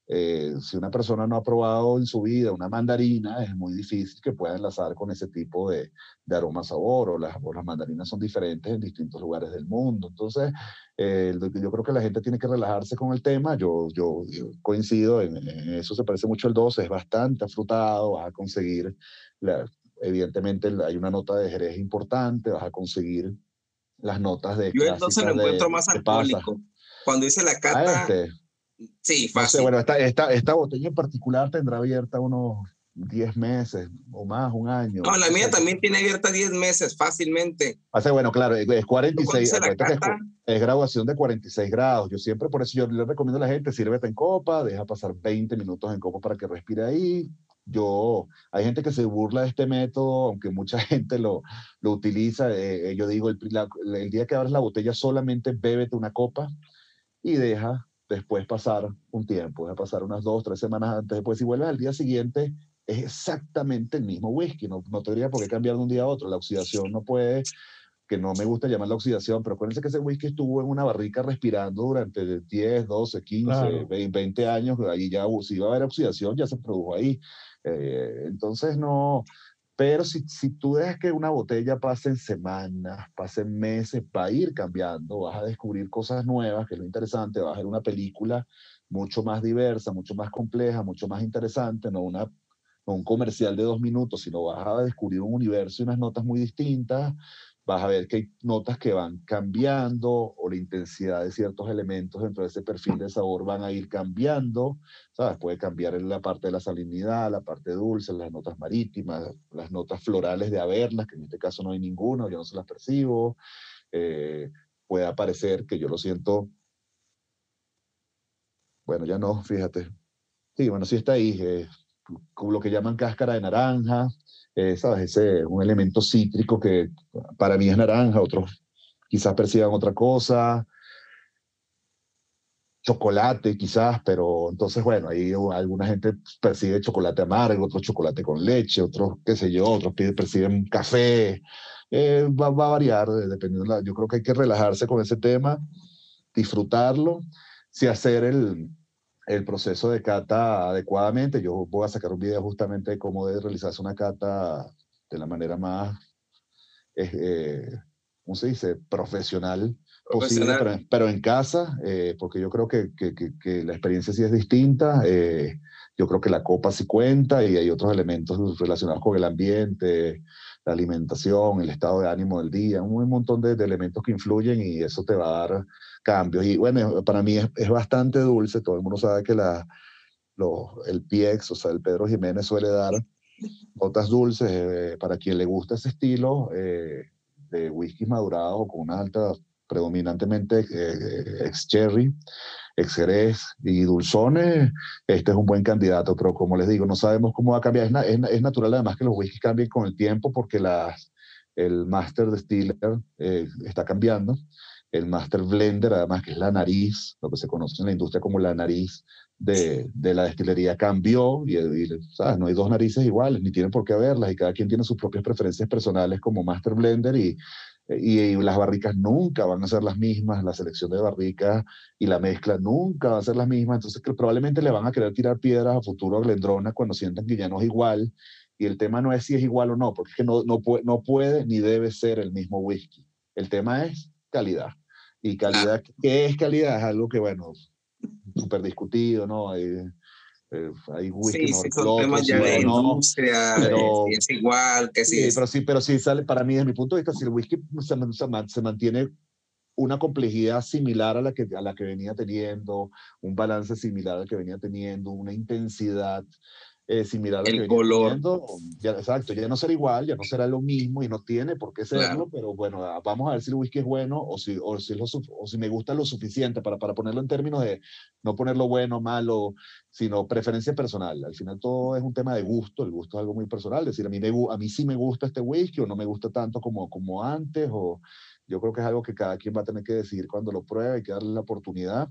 Eh, si una persona no ha probado en su vida una mandarina, es muy difícil que pueda enlazar con ese tipo de, de aroma sabor, o las, o las mandarinas son diferentes en distintos lugares del mundo. Entonces, eh, yo creo que la gente tiene que relajarse con el tema. Yo, yo, yo coincido en, en eso, se parece mucho al doce, es bastante afrutado, vas a conseguir, la, evidentemente hay una nota de jerez importante, vas a conseguir las notas de Yo el doce lo clásicas de, encuentro más de pasa. alcohólico. Cuando hice la A cata, este, sí, no sé, fácil. bueno, esta, esta, esta botella en particular tendrá abierta unos diez meses o más, un año. No, la O mía sea, que, también tiene abierta diez meses, fácilmente. o sea, bueno, claro, es Yo cuando cuarenta y seis, hice la acuérdate que es, cata, es graduación de cuarenta y seis grados. Yo siempre, por eso yo le recomiendo a la gente, sírvete en copa, deja pasar veinte minutos en copa para que respire ahí. Yo, hay gente que se burla de este método, aunque mucha gente lo, lo utiliza. Eh, eh, yo digo, el, la, el día que abres la botella, solamente bébete una copa y deja después pasar un tiempo, deja pasar unas dos, tres semanas antes. Después, si vuelves al día siguiente, es exactamente el mismo whisky. No, no tendría por qué cambiar de un día a otro. La oxidación no puede, que no me gusta llamar la oxidación, pero acuérdense que ese whisky estuvo en una barrica respirando durante diez, doce, quince, Claro. veinte años. Ahí ya, si iba a haber oxidación, ya se produjo ahí. Eh, entonces, no. Pero si, si tú dejas que una botella pase en semanas, pase en meses, va a ir cambiando, vas a descubrir cosas nuevas, que es lo interesante, vas a ver una película mucho más diversa, mucho más compleja, mucho más interesante, no, una, no un comercial de dos minutos, sino vas a descubrir un universo y unas notas muy distintas. Vas a ver que hay notas que van cambiando, o la intensidad de ciertos elementos dentro de ese perfil de sabor van a ir cambiando. ¿Sabes? Puede cambiar en la parte de la salinidad, la parte dulce, las notas marítimas, las notas florales de haberlas, que en este caso no hay ninguna, yo no se las percibo. Eh, puede aparecer que yo lo siento, bueno, ya no, fíjate. Sí, bueno, sí está ahí, eh, con lo que llaman cáscara de naranja, eh, ¿sabes? Ese un elemento cítrico que para mí es naranja, otros quizás perciban otra cosa, chocolate quizás, pero entonces, bueno, ahí alguna gente percibe chocolate amargo, otro chocolate con leche, otros, qué sé yo, otros perciben café. Eh, va, va, a variar, eh, dependiendo de la, yo creo que hay que relajarse con ese tema, disfrutarlo, si hacer el, el proceso de cata adecuadamente. Yo voy a sacar un video justamente de cómo debe realizarse una cata de la manera más, eh, ¿cómo se dice?, profesional posible, pero, profesional. pero en casa, eh, porque yo creo que, que, que, que, la experiencia sí es distinta. Eh, yo creo que la copa sí cuenta, y hay otros elementos relacionados con el ambiente, la alimentación, el estado de ánimo del día, un montón de, de elementos que influyen, y eso te va a dar cambios. Y bueno, para mí es, es bastante dulce. Todo el mundo sabe que la, lo, el P X, o sea, el Pedro Jiménez, suele dar notas dulces. Eh, para quien le gusta ese estilo eh, de whisky madurado con una alta, predominantemente eh, ex-cherry, ex-jerez y dulzones, este es un buen candidato. Pero como les digo, no sabemos cómo va a cambiar. Es, na es, es natural además que los whiskies cambien con el tiempo, porque las, el Master Distiller eh, está cambiando. El Master Blender, además, que es la nariz, lo que se conoce en la industria como la nariz de, de la destilería, cambió, y, y ¿sabes? No hay dos narices iguales, ni tienen por qué haberlas, y cada quien tiene sus propias preferencias personales como Master Blender, y, y, y las barricas nunca van a ser las mismas, la selección de barricas y la mezcla nunca va a ser las mismas. Entonces que probablemente le van a querer tirar piedras a futuro a Glendronach cuando sientan que ya no es igual, y el tema no es si es igual o no, porque es que no, no, puede, no puede ni debe ser el mismo whisky. El tema es calidad. Y calidad, Claro. ¿qué es calidad? Es algo que, bueno, súper discutido, ¿no? Hay, eh, hay whisky Sí, sí, mejor que el son otro, temas ya sí de o no, industria, de pero si es igual, que si sí, es... pero sí, pero sí sale, para mí, desde mi punto de vista, si el whisky se, se, se mantiene una complejidad similar a la, que, a la que venía teniendo, un balance similar al que venía teniendo, una intensidad eh, similar a la que El venía color, teniendo, ya, exacto, ya no será igual, ya no será lo mismo, y no tiene por qué serlo, claro. pero bueno, vamos a ver si el whisky es bueno, o si, o si, lo, o si me gusta lo suficiente para, para ponerlo en términos de no ponerlo bueno, malo, sino preferencia personal. Al final todo es un tema de gusto, el gusto es algo muy personal, es decir, a mí, me, a mí sí me gusta este whisky, o no me gusta tanto como, como antes, o yo creo que es algo que cada quien va a tener que decidir cuando lo pruebe. Hay que darle la oportunidad,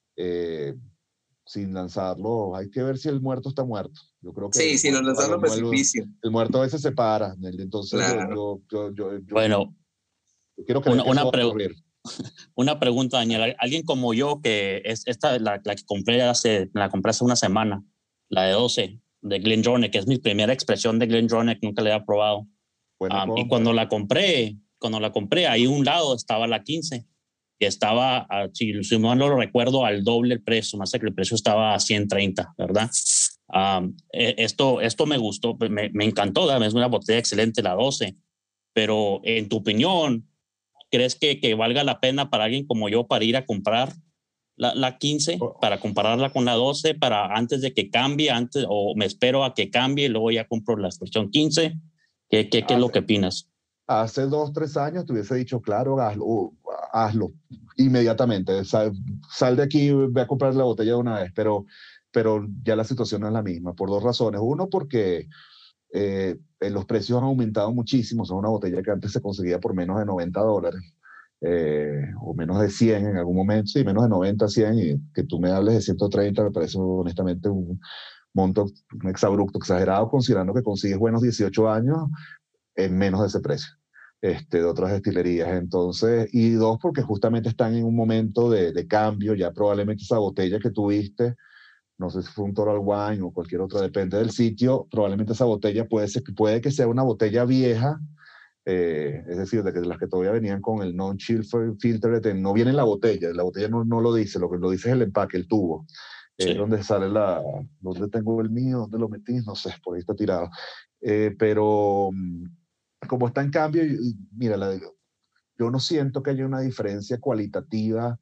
eh, sin lanzarlo. Hay que ver si el muerto está muerto. Yo creo que Sí, el si nos muerto, lanzamos el, al muerto, precipicio, el muerto a veces se para. Entonces yo, claro. yo, yo, yo, yo, Bueno, yo quiero creer una, que eso una, va a pre ocurrir. una pregunta, Daniel. Alguien como yo, que es esta, la, la que compré hace, la compré hace una semana, la de doce, de GlenDronach, que es mi primera expresión de GlenDronach, nunca la había probado. Um, y cuando la compré, cuando la compré, ahí a un lado estaba la quince, que estaba, uh, si, si no lo recuerdo, al doble el precio, más que el precio estaba a ciento treinta, ¿verdad? Um, esto, esto me gustó, me, me encantó, es una botella excelente, la doce, pero en tu opinión, ¿crees que, que valga la pena para alguien como yo para ir a comprar la, la quince, para compararla con la doce, para antes de que cambie, antes, o me espero a que cambie y luego ya compro la versión quince? ¿Qué, qué, qué es lo que opinas? Hace dos, tres años te hubiese dicho, claro, hazlo, uh, hazlo inmediatamente. Sal, sal de aquí, ve a comprar la botella de una vez, pero, pero ya la situación no es la misma, por dos razones. Uno, porque eh, los precios han aumentado muchísimo. Son una botella que antes se conseguía por menos de noventa dólares. Eh, o menos de cien en algún momento, sí, menos de noventa, cien, y que tú me hables de ciento treinta me parece honestamente un monto, un exabrupto, exagerado, considerando que consigues buenos dieciocho años en menos de ese precio, este, de otras destilerías. Entonces, y dos, porque justamente están en un momento de, de cambio. Ya probablemente esa botella que tuviste, no sé si fue un Total Wine o cualquier otra, depende del sitio, probablemente esa botella puede, ser, puede que sea una botella vieja, eh, es decir, de que las que todavía venían con el non-chill filter, no viene en la botella, la botella no, no lo dice, lo que lo dice es el empaque, el tubo. Sí. Eh, donde sale la, donde tengo el mío, dónde lo metí, no sé, por ahí está tirado. Eh, pero como está en cambio, mira, la, yo no siento que haya una diferencia cualitativa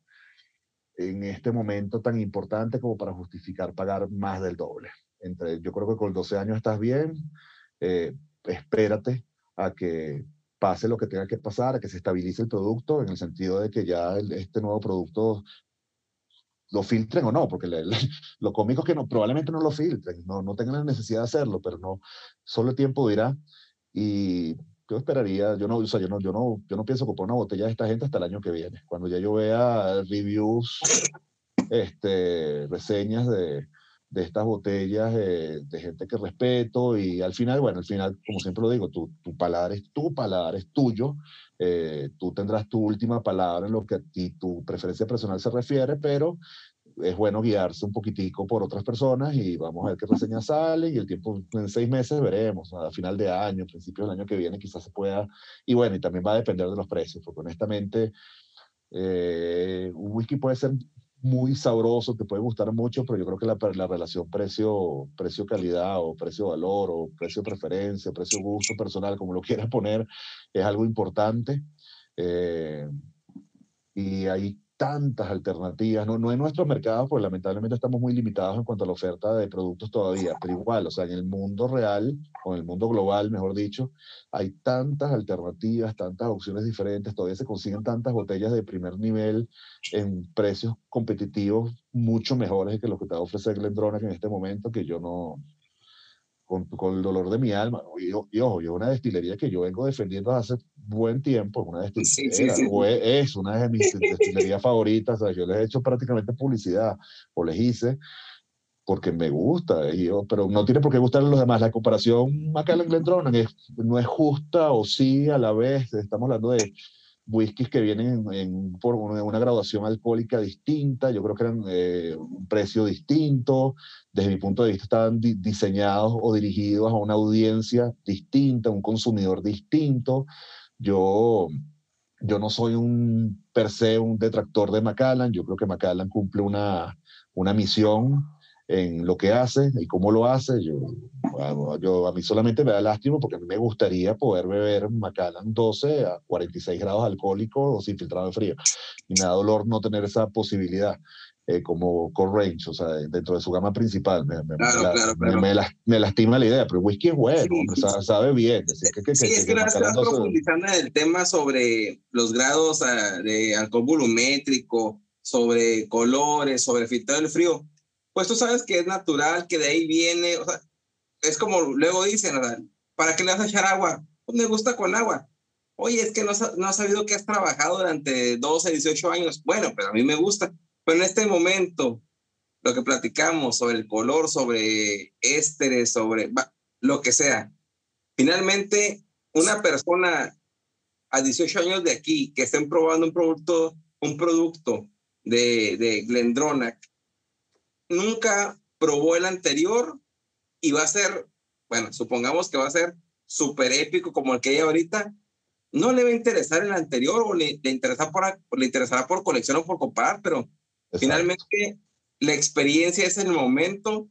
en este momento tan importante como para justificar pagar más del doble. Entre, yo creo que con doce años estás bien, eh, espérate a que pase lo que tenga que pasar, a que se estabilice el producto, en el sentido de que ya el, este nuevo producto lo filtren o no, porque le, le, lo cómico es que no, probablemente no lo filtren, no, no tengan la necesidad de hacerlo, pero no, solo el tiempo dirá. Y yo esperaría, yo no, o sea, yo no, yo no, yo no pienso comprar una botella de esta gente hasta el año que viene, cuando ya yo vea reviews, este, reseñas de, de estas botellas eh, de gente que respeto, y al final, bueno, al final, como siempre lo digo, tu, tu paladar es tu paladar, es tuyo. Eh, tú tendrás tu última palabra en lo que a ti, tu preferencia personal se refiere, pero es bueno guiarse un poquitico por otras personas, y vamos a ver qué reseñas salen, y el tiempo, en seis meses veremos, a final de año, principios del año que viene quizás se pueda, y bueno, y también va a depender de los precios, porque honestamente eh, un whisky puede ser muy sabroso, te puede gustar mucho, pero yo creo que la, la relación precio, precio-calidad, o precio-valor, o precio-preferencia, precio-gusto personal, como lo quieras poner, es algo importante. Eh, y hay tantas alternativas, no, no en nuestros mercados, pues lamentablemente estamos muy limitados en cuanto a la oferta de productos todavía, pero igual, o sea, en el mundo real, o en el mundo global, mejor dicho, hay tantas alternativas, tantas opciones diferentes, todavía se consiguen tantas botellas de primer nivel en precios competitivos mucho mejores que los que te va a ofrecer GlenDronach en este momento, que yo no, Con, con el dolor de mi alma, y, y ojo, yo una destilería que yo vengo defendiendo hace buen tiempo, una destilería, sí, sí, sí. O es, es una de mis destilerías favoritas, o sea, yo les he hecho prácticamente publicidad, o les hice, porque me gusta, y yo, pero no tiene por qué gustarle a los demás. La comparación Macallan GlenDronach es, no es justa, o sí, a la vez, estamos hablando de whiskies que vienen en, en, por una, una graduación alcohólica distinta. Yo creo que eran eh, un precio distinto. Desde mi punto de vista estaban di diseñados o dirigidos a una audiencia distinta, a un consumidor distinto. Yo, yo no soy un per se un detractor de Macallan. Yo creo que Macallan cumple una, una misión en lo que hace y cómo lo hace. Yo, bueno, yo, a mí solamente me da lástima, porque a mí me gustaría poder beber Macallan doce a cuarenta y seis grados alcohólicos o sin filtrado de frío. Y me da dolor no tener esa posibilidad eh, como core range, o sea, dentro de su gama principal. Me, me, claro, me, la, claro, me, claro. me, la, me lastima la idea, pero el whisky es bueno, sí, hombre, sabe, sabe bien. Decir que, que, sí, que, es que, que una vez que vas profundizando en el tema sobre los grados uh, de alcohol volumétrico, sobre colores, sobre filtrado del frío, pues tú sabes que es natural, que de ahí viene, o sea, es como luego dicen, ¿verdad? ¿Para qué le vas a echar agua? Pues me gusta con agua. Oye, es que no, no has sabido que has trabajado durante doce, dieciocho años. Bueno, pero a mí me gusta. Pero en este momento, lo que platicamos sobre el color, sobre ésteres, sobre bah, lo que sea, finalmente una persona a dieciocho años de aquí, que estén probando un producto, un producto de, de GlenDronach, nunca probó el anterior y va a ser, bueno, supongamos que va a ser súper épico como el que hay ahorita, no le va a interesar el anterior o le, le, interesa por, le interesará por colección o por comparar, pero Exacto. Finalmente la experiencia es el momento.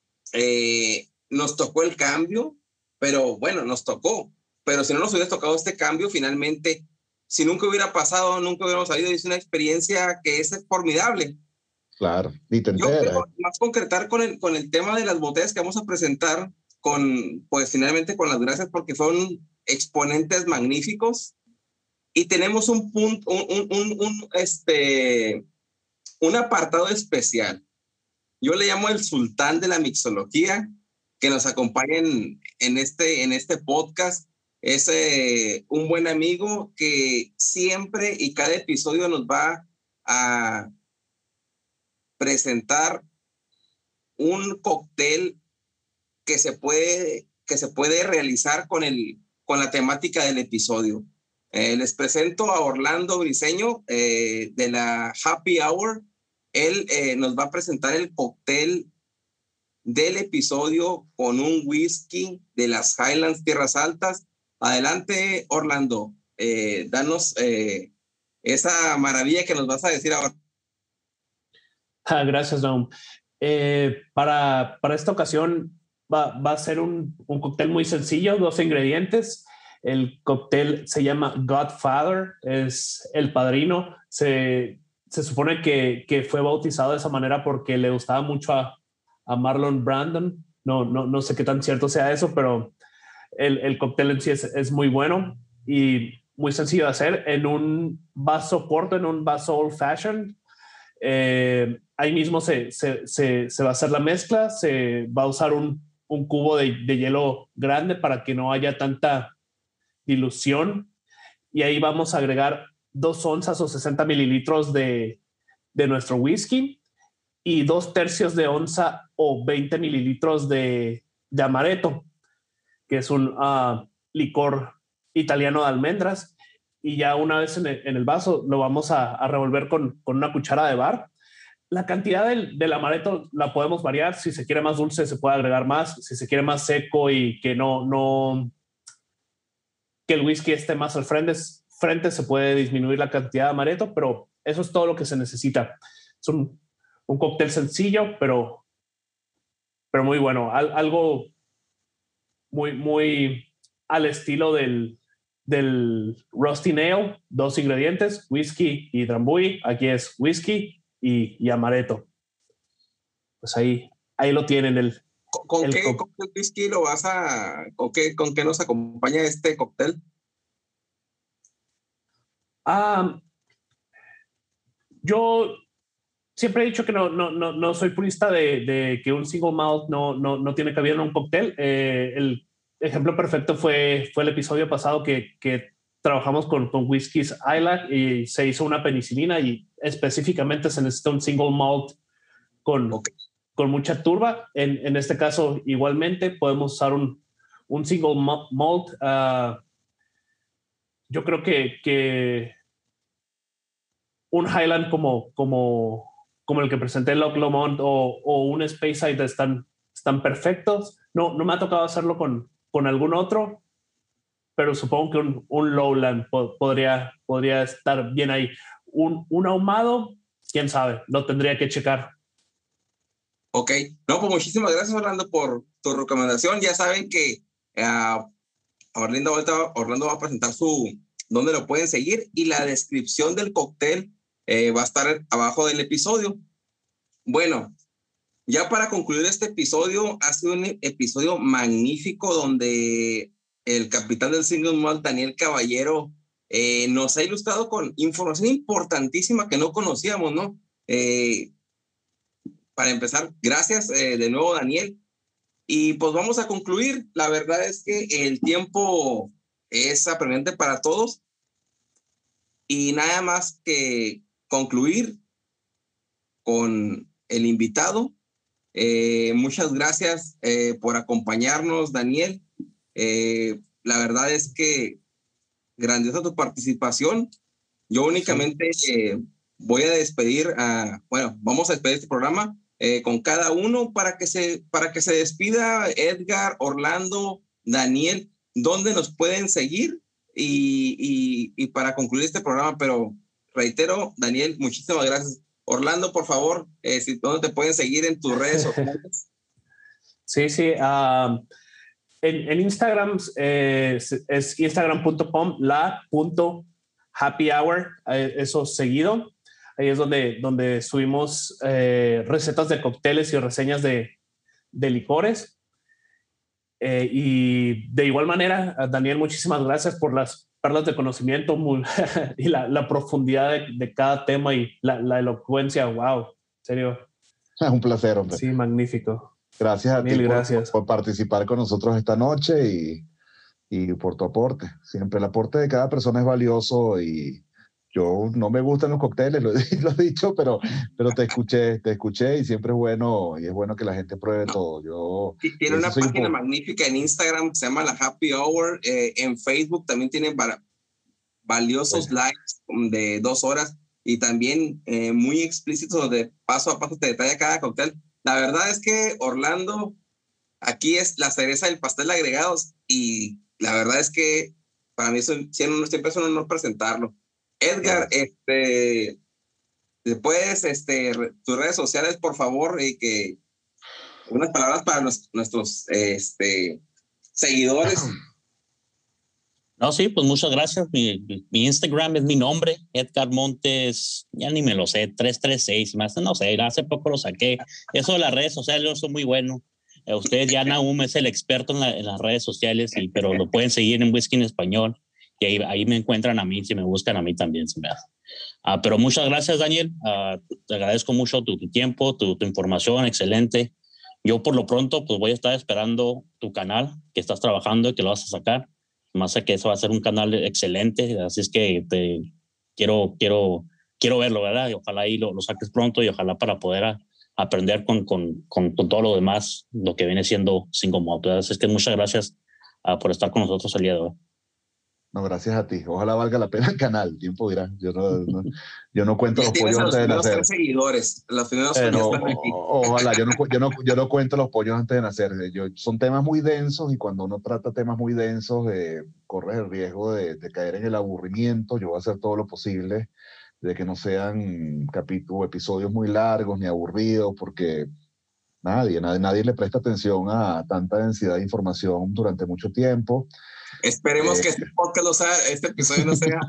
Eh, nos tocó el cambio, pero bueno, nos tocó. Pero si no nos hubiera tocado este cambio, finalmente, si nunca hubiera pasado, nunca hubiéramos salido, es una experiencia que es formidable. Claro, ni te enteras. Yo quiero más concretar con el, con el tema de las botellas que vamos a presentar, con, pues finalmente con las gracias porque fueron exponentes magníficos y tenemos un punto, un, un, un, un, este, un apartado especial. Yo le llamo el sultán de la mixología, que nos acompaña en, en, este, en este podcast. Es eh, un buen amigo que siempre y cada episodio nos va a presentar un cóctel que se puede, que se puede realizar con, el, con la temática del episodio. Eh, les presento a Orlando Briceño eh, de la Happy Hour. Él eh, nos va a presentar el cóctel del episodio con un whisky de las Highlands Tierras Altas. Adelante, Orlando. Eh, danos eh, esa maravilla que nos vas a decir ahora. Ah, gracias, Dom. Eh, para, para esta ocasión va, va a ser un, un cóctel muy sencillo, dos ingredientes. El cóctel se llama Godfather, es el padrino. Se, se supone que, que fue bautizado de esa manera porque le gustaba mucho a, a Marlon Brandon. No, no, no sé qué tan cierto sea eso, pero el, el cóctel en sí es, es muy bueno y muy sencillo de hacer en un vaso corto, en un vaso old fashioned. Eh, ahí mismo se, se, se, se va a hacer la mezcla, se va a usar un, un cubo de, de hielo grande para que no haya tanta dilución y ahí vamos a agregar dos onzas o sesenta mililitros de, de nuestro whisky y dos tercios de onza o veinte mililitros de, de amaretto, que es un uh, licor italiano de almendras. Y ya una vez en el, en el vaso lo vamos a, a revolver con, con una cuchara de bar. La cantidad del, del amaretto la podemos variar. Si se quiere más dulce se puede agregar más. Si se quiere más seco y que no, no que el whisky esté más al frente, frente se puede disminuir la cantidad de amaretto, pero eso es todo lo que se necesita. Es un, un cóctel sencillo, pero, pero muy bueno. Al, algo muy, muy al estilo del del Rusty Nail, dos ingredientes, whisky y drambuie. Aquí es whisky y, y amaretto. Pues ahí, ahí lo tienen. El, ¿Con, con, el qué, ¿Con qué whisky lo vas a... ¿Con qué, con qué nos acompaña este cóctel? Ah, yo siempre he dicho que no, no, no, no soy purista de, de que un single malt no, no, no tiene cabida en un cóctel. Eh, el ejemplo perfecto fue, fue el episodio pasado que, que trabajamos con, con whiskies Islac y se hizo una penicilina y específicamente se necesita un single malt con, okay. con mucha turba. En, en este caso, igualmente, podemos usar un, un single malt. Uh, yo creo que, que un Highland como, como, como el que presenté en Loch Lomond o, o un Speyside están, están perfectos. No, no me ha tocado hacerlo con con algún otro, pero supongo que un, un Lowland po podría, podría estar bien ahí. Un, un ahumado, quién sabe, lo tendría que checar. Ok, no, pues muchísimas gracias, Orlando, por tu recomendación. Ya saben que uh, Orlando, Orlando va a presentar su, dónde lo pueden seguir y la descripción del cóctel eh, va a estar abajo del episodio. Bueno, ya para concluir este episodio, ha sido un episodio magnífico donde el capitán del Single Malt, Daniel Caballero, eh, nos ha ilustrado con información importantísima que no conocíamos, ¿no? Eh, para empezar, gracias eh, de nuevo, Daniel. Y pues vamos a concluir. La verdad es que el tiempo es apremiante para todos. Y nada más que concluir con el invitado. Eh, muchas gracias eh, por acompañarnos, Daniel. Eh, la verdad es que grandiosa tu participación. Yo únicamente eh, voy a despedir, a, bueno, vamos a despedir este programa eh, con cada uno para que, se, para que se despida Edgar, Orlando, Daniel, ¿dónde nos pueden seguir? Y, y, y para concluir este programa, pero reitero, Daniel, muchísimas gracias. Orlando, por favor, eh, si, ¿dónde te pueden seguir en tus redes sociales? Sí, sí. Um, en, en Instagram eh, es, es instagram punto com la punto happy hour, eh, eso seguido. Ahí es donde, donde subimos eh, recetas de cócteles y reseñas de, de licores. Eh, y de igual manera, Daniel, muchísimas gracias por las perlas de conocimiento muy, y la, la profundidad de, de cada tema y la, la elocuencia. Wow, en serio. Es un placer, hombre. Sí, magnífico. Gracias a Mil ti gracias. por, por participar con nosotros esta noche y, y por tu aporte. Siempre el aporte de cada persona es valioso y yo no me gustan los cócteles, lo, lo he dicho, pero, pero te escuché, te escuché y siempre es bueno, y es bueno que la gente pruebe todo. Yo, tiene una página un... magnífica en Instagram, se llama la Happy Hour, eh, en Facebook también tienen para, valiosos bueno. lives de dos horas y también eh, muy explícitos de paso a paso te detalla cada cóctel. La verdad es que Orlando, aquí es la cereza del pastel agregados y la verdad es que para mí es un, siempre es un honor presentarlo. Edgar, este, después, este, tus redes sociales, por favor, y que unas palabras para los, nuestros este, seguidores. No, sí, pues muchas gracias. Mi, mi Instagram es mi nombre, Edgar Montes, ya ni me lo sé, tres tres seis, más no sé, hace poco lo saqué. Eso de las redes sociales, yo soy muy bueno. Eh, ustedes ya Nahum es el experto en, la, en las redes sociales, y, pero lo pueden seguir en Whisky en Español, y ahí, ahí me encuentran a mí, si me buscan a mí también se me hace. Uh, pero muchas gracias, Daniel. Uh, te agradezco mucho tu, tu tiempo, tu, tu información, excelente. Yo por lo pronto pues voy a estar esperando tu canal que estás trabajando y que lo vas a sacar. Más que eso va a ser un canal excelente, así es que te quiero, quiero, quiero verlo, ¿verdad? Y ojalá ahí lo, lo saques pronto y ojalá para poder a, aprender con, con, con, con todo lo demás, lo que viene siendo Single Malt. Así es que muchas gracias uh, por estar con nosotros el día de hoy. No, gracias a ti. Ojalá valga la pena el canal. El tiempo dirá. Yo no, no, yo no cuento los pollos antes de nacer. Tres seguidores. Los primeros eh, no, o, ojalá. Yo no, yo, no, yo no cuento los pollos antes de nacer. Yo, son temas muy densos y cuando uno trata temas muy densos, eh, corres el riesgo de, de caer en el aburrimiento. Yo voy a hacer todo lo posible de que no sean capítulos, episodios muy largos ni aburridos, porque nadie, nadie, nadie le presta atención a tanta densidad de información durante mucho tiempo. Esperemos eh, que este podcast lo sea, este episodio no sea.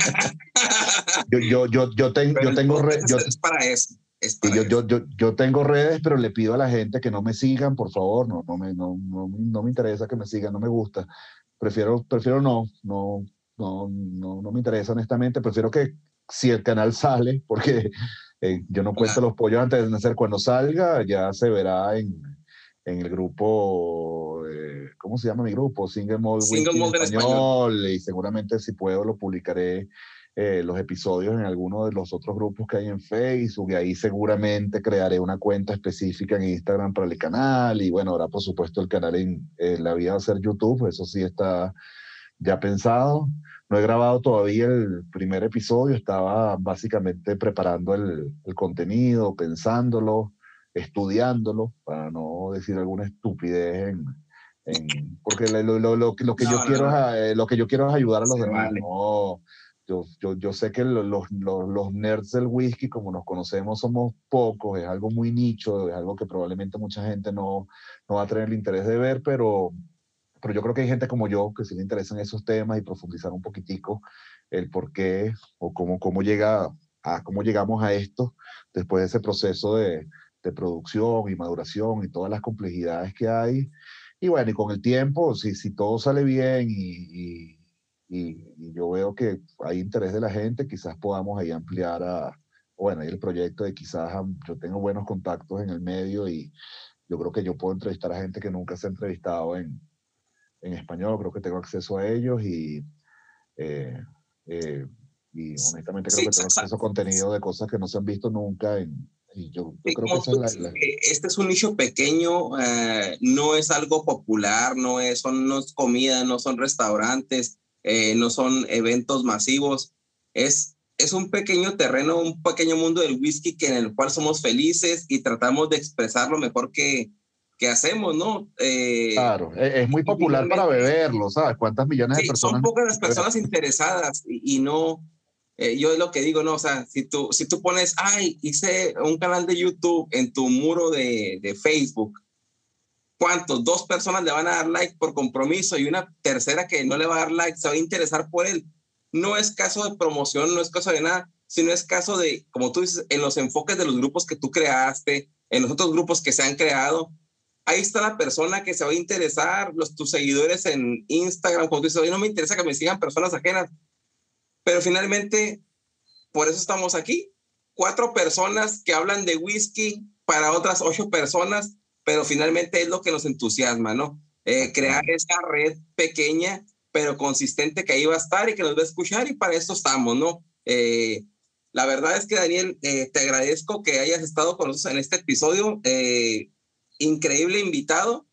yo, yo, yo, yo, ten, yo tengo redes. Es para eso. Es para yo, eso. Yo, yo, yo tengo redes, pero le pido a la gente que no me sigan, por favor. No, no, me, no, no, no me interesa que me sigan, no me gusta. Prefiero, prefiero no, no, no, no, no me interesa, honestamente. Prefiero que si el canal sale, porque eh, yo no cuento claro. los pollos antes de nacer. Cuando salga, ya se verá en. en el grupo, eh, ¿cómo se llama mi grupo? Single Malt Single Malt en español, español, y seguramente si puedo lo publicaré eh, los episodios en alguno de los otros grupos que hay en Facebook, y ahí seguramente crearé una cuenta específica en Instagram para el canal, y bueno, ahora por supuesto el canal en eh, la vía va a ser YouTube, eso sí está ya pensado. No he grabado todavía el primer episodio, estaba básicamente preparando el, el contenido, pensándolo, estudiándolo, para no decir alguna estupidez, en, en, porque lo, lo, lo, lo que no, yo no, quiero no. Es, lo que yo quiero es ayudar a los demás. Vale. No, yo, yo, yo sé que los, los, los nerds del whisky, como nos conocemos, somos pocos, es algo muy nicho, es algo que probablemente mucha gente no, no va a tener el interés de ver, pero, pero yo creo que hay gente como yo que sí le interesan esos temas y profundizar un poquitico el por qué o cómo, cómo, llega a, cómo llegamos a esto después de ese proceso de de producción y maduración y todas las complejidades que hay. Y bueno, y con el tiempo, si, si todo sale bien y, y, y, y yo veo que hay interés de la gente, quizás podamos ahí ampliar a, bueno, ahí el proyecto de quizás, yo tengo buenos contactos en el medio y yo creo que yo puedo entrevistar a gente que nunca se ha entrevistado en, en español, creo que tengo acceso a ellos y, eh, eh, y honestamente creo sí, que tengo acceso a contenido de cosas que no se han visto nunca en Y yo, yo creo que esa es la, la... Este es un nicho pequeño, eh, no es algo popular, no es, son, no es comida, no son restaurantes, eh, no son eventos masivos. Es, es un pequeño terreno, un pequeño mundo del whisky que en el cual somos felices y tratamos de expresar lo mejor que, que hacemos, ¿no? Eh, claro, es, es muy popular para beberlo, ¿sabes? ¿Cuántas millones de sí, personas? son pocas las personas interesadas y, y no... Eh, yo es lo que digo, no, o sea, si tú, si tú pones, ay, hice un canal de YouTube en tu muro de, de Facebook, ¿cuántos? Dos personas le van a dar like por compromiso y una tercera que no le va a dar like, se va a interesar por él. No es caso de promoción, no es caso de nada, sino es caso de, como tú dices, en los enfoques de los grupos que tú creaste, en los otros grupos que se han creado. Ahí está la persona que se va a interesar, los, tus seguidores en Instagram, cuando tú dices, oye, no me interesa que me sigan personas ajenas. Pero finalmente, por eso estamos aquí. Cuatro personas que hablan de whisky para otras ocho personas, pero finalmente es lo que nos entusiasma, ¿no? Eh, crear esa red pequeña, pero consistente que ahí va a estar y que nos va a escuchar, y para eso estamos, ¿no? Eh, la verdad es que, Daniel, eh, te agradezco que hayas estado con nosotros en este episodio. Eh, increíble invitado.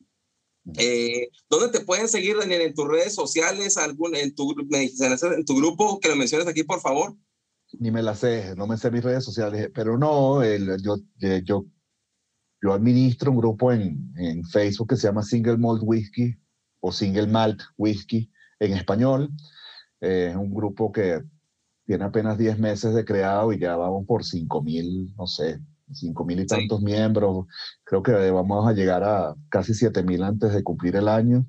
Eh, ¿Dónde te pueden seguir, Daniel? ¿En tus redes sociales? Algún, en, tu, en tu grupo? Que lo menciones aquí, por favor. Ni me la sé, no me sé mis redes sociales, pero no, el, yo, yo, yo administro un grupo en, en Facebook que se llama Single Malt Whisky o Single Malt Whisky en español. Eh, es un grupo que tiene apenas diez meses de creado y ya vamos por cinco mil, no sé, cinco mil y tantos sí. miembros. Creo que vamos a llegar a casi siete mil antes de cumplir el año.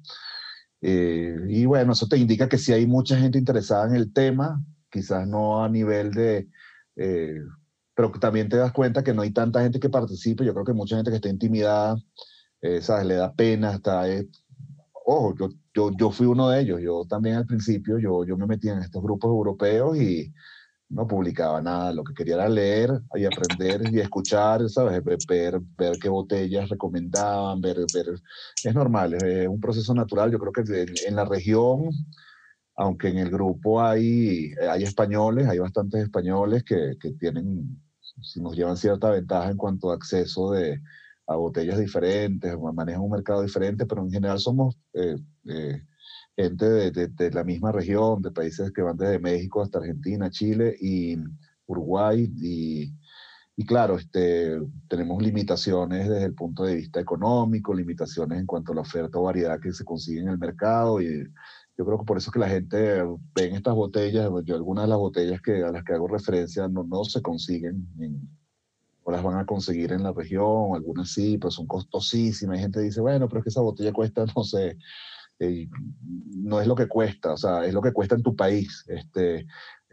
Eh, y bueno, eso te indica que sí hay mucha gente interesada en el tema, quizás no a nivel de... Eh, pero también te das cuenta que no hay tanta gente que participe. Yo creo que mucha gente que está intimidada, eh, ¿sabes? Le da pena, está... Eh, ojo, yo, yo, yo fui uno de ellos. Yo también al principio, yo, yo me metía en estos grupos europeos y no publicaba nada. Lo que quería era leer y aprender y escuchar, ¿sabes? Ver, ver qué botellas recomendaban, ver, ver. Es normal, es un proceso natural. Yo creo que en, en la región, aunque en el grupo hay, hay españoles, hay bastantes españoles que, que tienen, nos llevan cierta ventaja en cuanto a acceso de, a botellas diferentes, manejan un mercado diferente, pero en general somos eh, eh, gente de, de, de la misma región, de países que van desde México hasta Argentina, Chile y Uruguay. Y, y claro, este, tenemos limitaciones desde el punto de vista económico, limitaciones en cuanto a la oferta o variedad que se consigue en el mercado. Y yo creo que por eso es que la gente ve en estas botellas, yo algunas de las botellas que, a las que hago referencia no, no se consiguen en, o las van a conseguir en la región, algunas sí, pero son costosísimas. Hay gente que dice, bueno, pero es que esa botella cuesta, no sé, eh, no es lo que cuesta, o sea, es lo que cuesta en tu país. Este,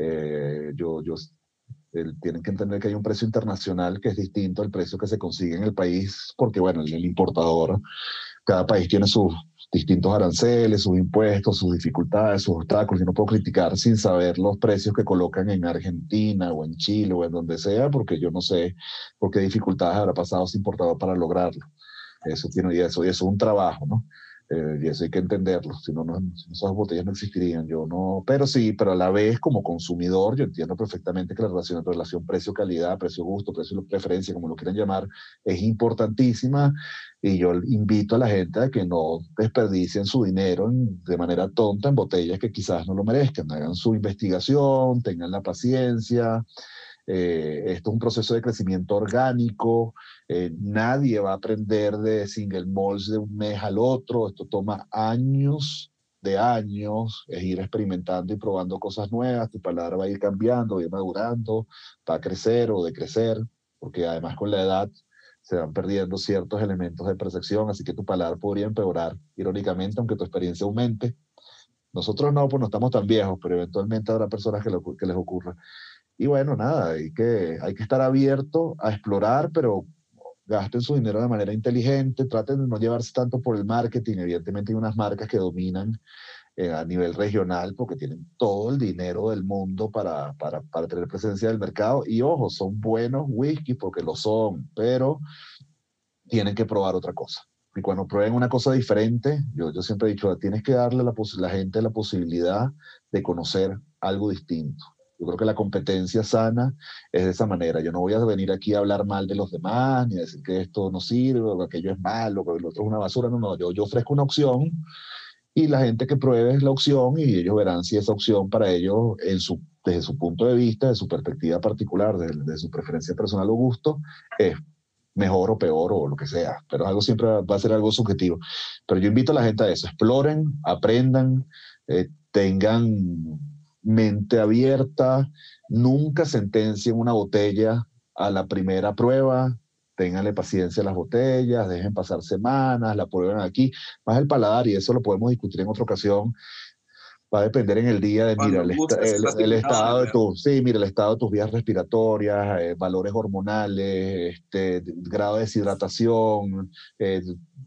eh, yo, yo, el, tienen que entender que hay un precio internacional que es distinto al precio que se consigue en el país, porque bueno, el, el importador, cada país tiene sus distintos aranceles, sus impuestos, sus dificultades, sus obstáculos. Yo no puedo criticar sin saber los precios que colocan en Argentina o en Chile o en donde sea, porque yo no sé por qué dificultades habrá pasado ese importador para lograrlo. Eso tiene, y eso, y eso es un trabajo, ¿no? Eh, y eso hay que entenderlo, si no, no, esas botellas no existirían. Yo no, pero sí, pero a la vez como consumidor yo entiendo perfectamente que la relación entre relación precio-calidad, precio-gusto, precio-preferencia, como lo quieran llamar, es importantísima, y yo invito a la gente a que no desperdicien su dinero en, de manera tonta en botellas que quizás no lo merezcan. Hagan su investigación, tengan la paciencia. Eh, esto es un proceso de crecimiento orgánico. Eh, nadie va a aprender de single malts de un mes al otro. Esto toma años de años, es ir experimentando y probando cosas nuevas. Tu paladar va a ir cambiando, va a ir madurando, va a crecer o decrecer, porque además con la edad se van perdiendo ciertos elementos de percepción, así que tu paladar podría empeorar, irónicamente, aunque tu experiencia aumente. Nosotros no, pues no estamos tan viejos, pero eventualmente habrá personas que, lo, que les ocurra. Y bueno, nada, hay que, hay que estar abierto a explorar, pero gasten su dinero de manera inteligente, traten de no llevarse tanto por el marketing. Evidentemente hay unas marcas que dominan eh, a nivel regional porque tienen todo el dinero del mundo para, para, para tener presencia del mercado. Y ojo, son buenos whisky porque lo son, pero tienen que probar otra cosa. Y cuando prueben una cosa diferente, yo, yo siempre he dicho, tienes que darle a la, la gente la posibilidad de conocer algo distinto. Yo creo que la competencia sana es de esa manera. Yo no voy a venir aquí a hablar mal de los demás, ni a decir que esto no sirve, o que aquello es malo, o que el otro es una basura. No, no, yo, yo ofrezco una opción y la gente que pruebe la opción y ellos verán si esa opción para ellos, en su, desde su punto de vista, de su perspectiva particular, de, de su preferencia personal o gusto, es mejor o peor o lo que sea, pero algo siempre va a ser algo subjetivo. Pero yo invito a la gente a eso, exploren, aprendan, eh, tengan mente abierta, nunca sentencien una botella a la primera prueba, ténganle paciencia a las botellas, dejen pasar semanas, la prueben aquí, más el paladar, y eso lo podemos discutir en otra ocasión, va a depender en el día de, mira, Cuando el, esta, gustes, el, estás el invitado de estado de nuevo. tu, sí, mira, el estado de tus vías respiratorias, eh, valores hormonales, este, grado de deshidratación, eh,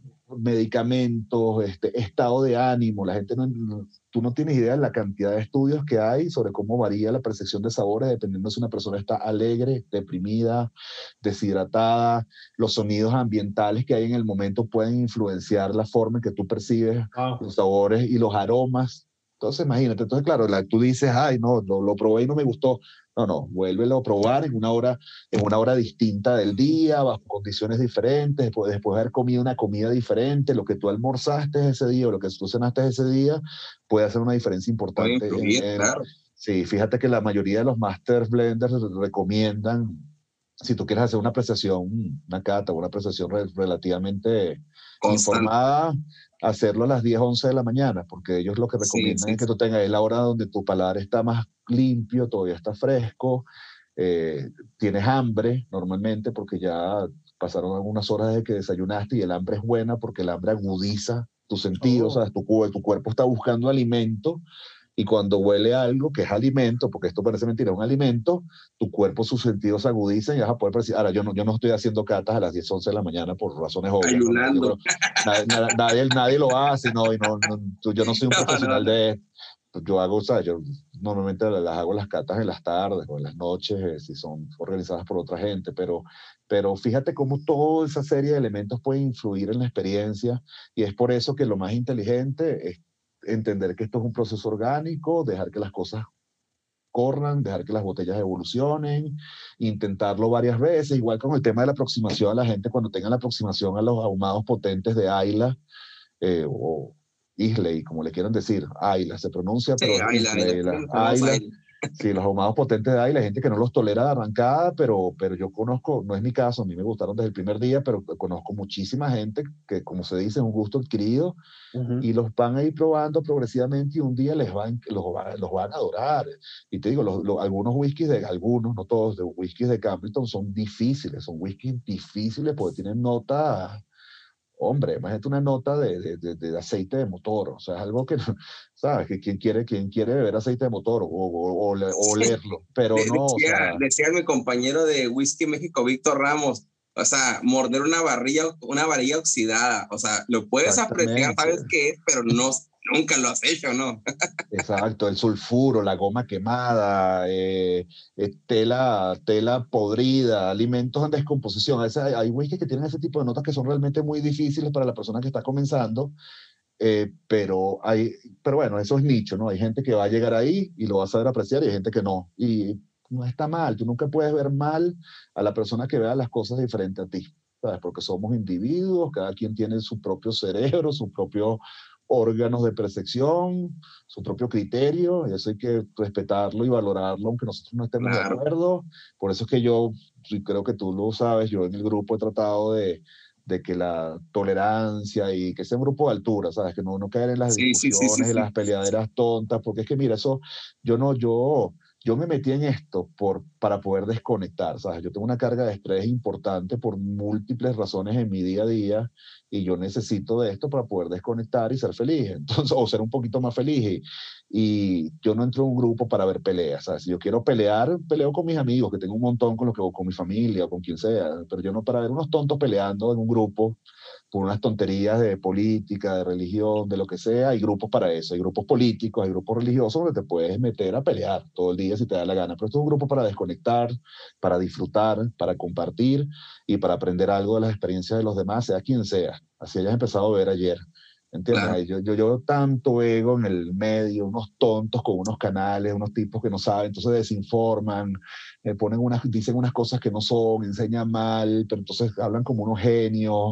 medicamentos, este, estado de ánimo. La gente no, tú no tienes idea de la cantidad de estudios que hay sobre cómo varía la percepción de sabores dependiendo si una persona está alegre, deprimida, deshidratada. Los sonidos ambientales que hay en el momento pueden influenciar la forma en que tú percibes Wow. los sabores y los aromas. Entonces, imagínate, entonces, claro, la, tú dices, ay, no, lo, lo probé y no me gustó. No, no, vuélvelo a probar en una hora, en una hora distinta del día, bajo condiciones diferentes, después, después de haber comido una comida diferente, lo que tú almorzaste ese día o lo que tú cenaste ese día puede hacer una diferencia Puede importante. En, influir, en, claro. sí, fíjate que la mayoría de los master blenders recomiendan, si tú quieres hacer una apreciación, una cata o una apreciación re, relativamente Constante. informada, hacerlo a las diez, once de la mañana, porque ellos lo que Sí, recomiendan sí, es que sí. tú tengas, es la hora donde tu paladar está más limpio, todavía está fresco, eh, tienes hambre normalmente porque ya pasaron algunas horas de que desayunaste y el hambre es buena porque el hambre agudiza tus sentidos, Oh. ¿sabes? Tu, tu cuerpo está buscando alimento y cuando huele algo que es alimento, porque esto parece mentira, es un alimento, tu cuerpo, sus sentidos se agudizan y vas a poder percibir. Ahora, yo no, yo no estoy haciendo catas a las diez, once de la mañana por razones obvias, ¿no? Yo Ayunando. creo, nadie, nadie, nadie lo hace, no, y no, no, yo no soy un No, no, profesional no. de, yo hago, ¿sabes? Yo normalmente las hago las catas en las tardes o en las noches, eh, si son organizadas por otra gente, pero, pero fíjate cómo toda esa serie de elementos puede influir en la experiencia y es por eso que lo más inteligente es entender que esto es un proceso orgánico, dejar que las cosas corran, dejar que las botellas evolucionen, intentarlo varias veces, igual con el tema de la aproximación a la gente, cuando tengan la aproximación a los ahumados potentes de Ayla, eh, o Islay, como le quieran decir, Ayla se pronuncia, Sí, pero es Ayla, Ayla. Islay, Todos la lo conocemos a Ayla. Ayla. Sí, los ahumados potentes de Ayla, hay gente que no los tolera de arrancada, pero, pero yo conozco, no es mi caso, a mí me gustaron desde el primer día, pero conozco muchísima gente que, como se dice, es un gusto adquirido Uh-huh. y los van a ir probando progresivamente y un día les van, los, van, los van a adorar. Y te digo, los, los, algunos whiskies de, algunos, no todos, de whiskies de Campbellton son difíciles, son whiskies difíciles porque tienen notas, hombre, imagínate una nota de, de, de, de, aceite de motor, o sea, es algo que, ¿sabes? Que quien quiere, quien quiere beber aceite de motor o, o, o, o olerlo, pero De- no, o decía, sea, decía mi compañero de Whisky México, Víctor Ramos, o sea, morder una varilla, una varilla oxidada, o sea, lo puedes apreciar, exactamente. sabes qué es, pero no, nunca lo has hecho, ¿no? Exacto, el sulfuro, la goma quemada, eh, eh, tela, tela podrida, alimentos en descomposición. A veces hay, hay whiskies que tienen ese tipo de notas que son realmente muy difíciles para la persona que está comenzando, eh, pero, hay, pero bueno, eso es nicho, ¿no? Hay gente que va a llegar ahí y lo va a saber apreciar y hay gente que no. Y no está mal, tú nunca puedes ver mal a la persona que vea las cosas diferente a ti, ¿sabes? Porque somos individuos, cada quien tiene su propio cerebro, su propio órganos de percepción, su propio criterio, y eso hay que respetarlo y valorarlo, aunque nosotros no estemos de Claro. acuerdo. Por eso es que yo, y creo que tú lo sabes, yo en el grupo he tratado de, de que la tolerancia y que sea un grupo de altura, ¿sabes? Que no, no caer en las Sí, sí, sí, sí, discusiones y sí. las peleaderas tontas, porque es que mira, eso, yo no, yo, yo me metí en esto por, para poder desconectar, ¿sabes? Yo tengo una carga de estrés importante por múltiples razones en mi día a día y yo necesito de esto para poder desconectar y ser feliz, entonces, o ser un poquito más feliz. Y, y yo no entro en un grupo para ver peleas, ¿sabes? Si yo quiero pelear, peleo con mis amigos, que tengo un montón con los que con mi familia o con quien sea, pero yo no para ver unos tontos peleando en un grupo por unas tonterías de política, de religión, de lo que sea. Hay grupos para eso, hay grupos políticos, hay grupos religiosos donde te puedes meter a pelear todo el día si te da la gana, pero esto es un grupo para desconectar, para disfrutar, para compartir y para aprender algo de las experiencias de los demás, sea quien sea. Así hayas empezado a ver ayer. ¿Entiendes? Claro. Ay, Yo, yo, yo tanto ego en el medio, unos tontos con unos canales, unos tipos que no saben, entonces desinforman, eh, ponen unas, dicen unas cosas que no son, enseñan mal, pero entonces hablan como unos genios.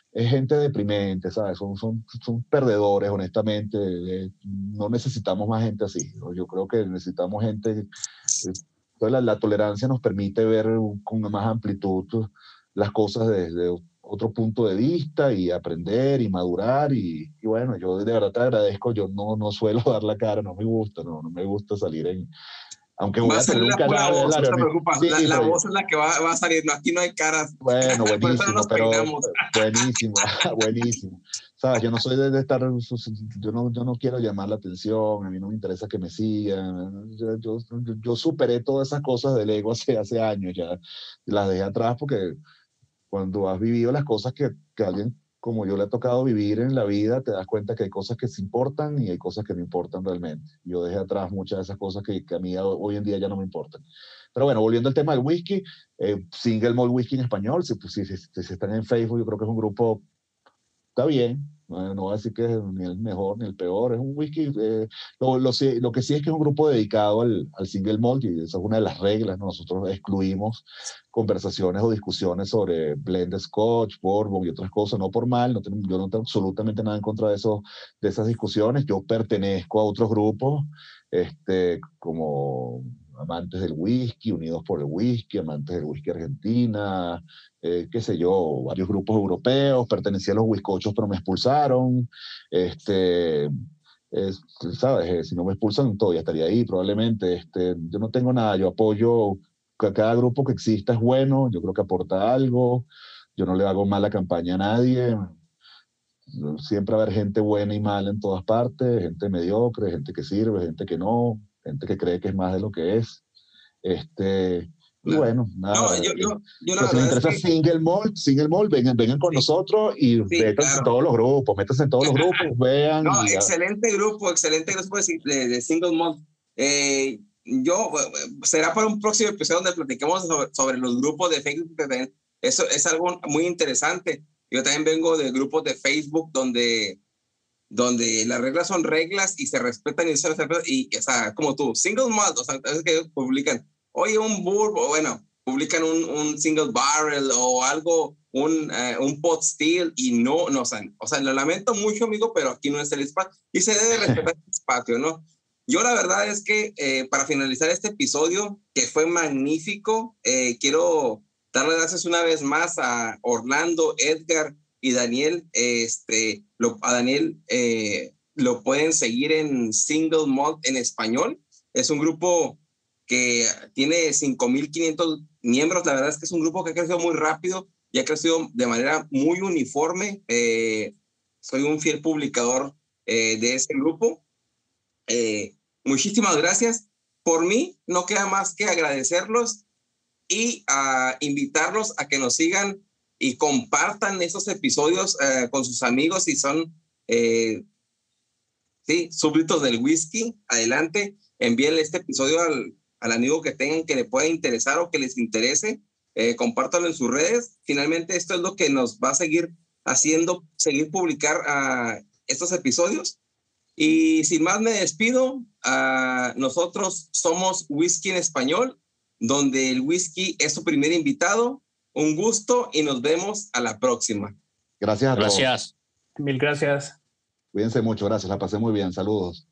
es gente deprimente, ¿sabes? Son, son, son perdedores, honestamente. Eh, no necesitamos más gente así. ¿no? Yo creo que necesitamos gente... Eh, la, la tolerancia nos permite ver con más amplitud las cosas desde otro punto de vista y aprender y madurar. Y, y bueno, yo de verdad te agradezco. Yo no, no suelo dar la cara, no me gusta, no, no me gusta salir en... Aunque voy va a a tener salir un la pura canal. voz, Del no te área, preocupes. sí, la la pero, voz es la que va, va a salir. No, aquí no hay caras. bueno, Por eso no buenísimo, nos pero peinamos. buenísimo, buenísimo. Sabes, yo no soy de, de estar, yo no, yo no quiero llamar la atención, a mí no me interesa que me sigan. Yo, yo, yo superé todas esas cosas del ego hace, hace años, ya las dejé atrás porque cuando has vivido las cosas que, que a alguien como yo le ha tocado vivir en la vida, te das cuenta que hay cosas que se importan y hay cosas que no importan realmente. Yo dejé atrás muchas de esas cosas que, que a mí hoy en día ya no me importan. Pero bueno, volviendo al tema del whisky, eh, Single Malt Whisky en español, si, si, si, si están en Facebook, yo creo que es un grupo, está bien, no, no voy a decir que es ni el mejor ni el peor, es un whisky, eh, lo, lo, lo que sí es que es un grupo dedicado al, al Single Malt, y esa es una de las reglas, ¿no? Nosotros excluimos conversaciones o discusiones sobre blend Scotch, Bourbon y otras cosas, no por mal, no tengo, yo no tengo absolutamente nada en contra de, eso, de esas discusiones, yo pertenezco a otros grupos, este, como amantes del whisky, Unidos por el Whisky, amantes del whisky Argentina, eh, qué sé yo, varios grupos europeos, pertenecía a los whiskochos pero me expulsaron, este, es, ¿sabes? Eh, si no me expulsan todavía estaría ahí probablemente, este, yo no tengo nada, yo apoyo que cada grupo que exista es bueno, yo creo que aporta algo, yo no le hago mala campaña a nadie, siempre va a haber gente buena y mala en todas partes, gente mediocre, gente que sirve, gente que no, gente que cree que es más de lo que es. Este, y Claro. bueno, nada. No, yo, yo, yo la Pero si les verdad interesa es que... Single Malt, Single Malt, vengan, vengan con Sí, nosotros y sí, métanse claro. en todos los grupos, métanse en todos los grupos, vean. No, y, excelente grupo, excelente grupo de, de Single Malt. Eh, yo, será para un próximo episodio donde platiquemos sobre, sobre los grupos de Facebook. Eso es algo muy interesante. Yo también vengo de grupos de Facebook donde, donde las reglas son reglas y se respetan y se respetan. Y, o sea, como tú, Single Malt, o sea, es que publican, oye, un bourbon, bueno, publican un, un single barrel o algo, un, uh, un pot still y no, no, o sea, o sea, lo lamento mucho, amigo, pero aquí no es el espacio y se debe respetar el espacio, ¿no? Yo la verdad es que eh, para finalizar este episodio, que fue magnífico, eh, quiero darle gracias una vez más a Orlando, Edgar y Daniel. Este, lo, a Daniel eh, lo pueden seguir en Single Malt en español. Es un grupo que tiene cinco mil quinientos miembros. La verdad es que es un grupo que ha crecido muy rápido y ha crecido de manera muy uniforme. Eh, soy un fiel publicador eh, de ese grupo. Eh, muchísimas gracias. Por mí no queda más que agradecerlos y uh, invitarlos a que nos sigan y compartan estos episodios uh, con sus amigos si son eh, sí, súbditos del whisky. Adelante, envíenle este episodio al, al amigo que tengan que le pueda interesar o que les interese. Eh, compártanlo en sus redes. Finalmente, esto es lo que nos va a seguir haciendo, seguir publicar uh, estos episodios. Y sin más me despido. Uh, nosotros somos Whisky en Español, donde el whisky es su primer invitado. Un gusto y nos vemos a la próxima. Gracias a todos. Gracias. Mil gracias. Cuídense mucho, gracias, la pasé muy bien, saludos.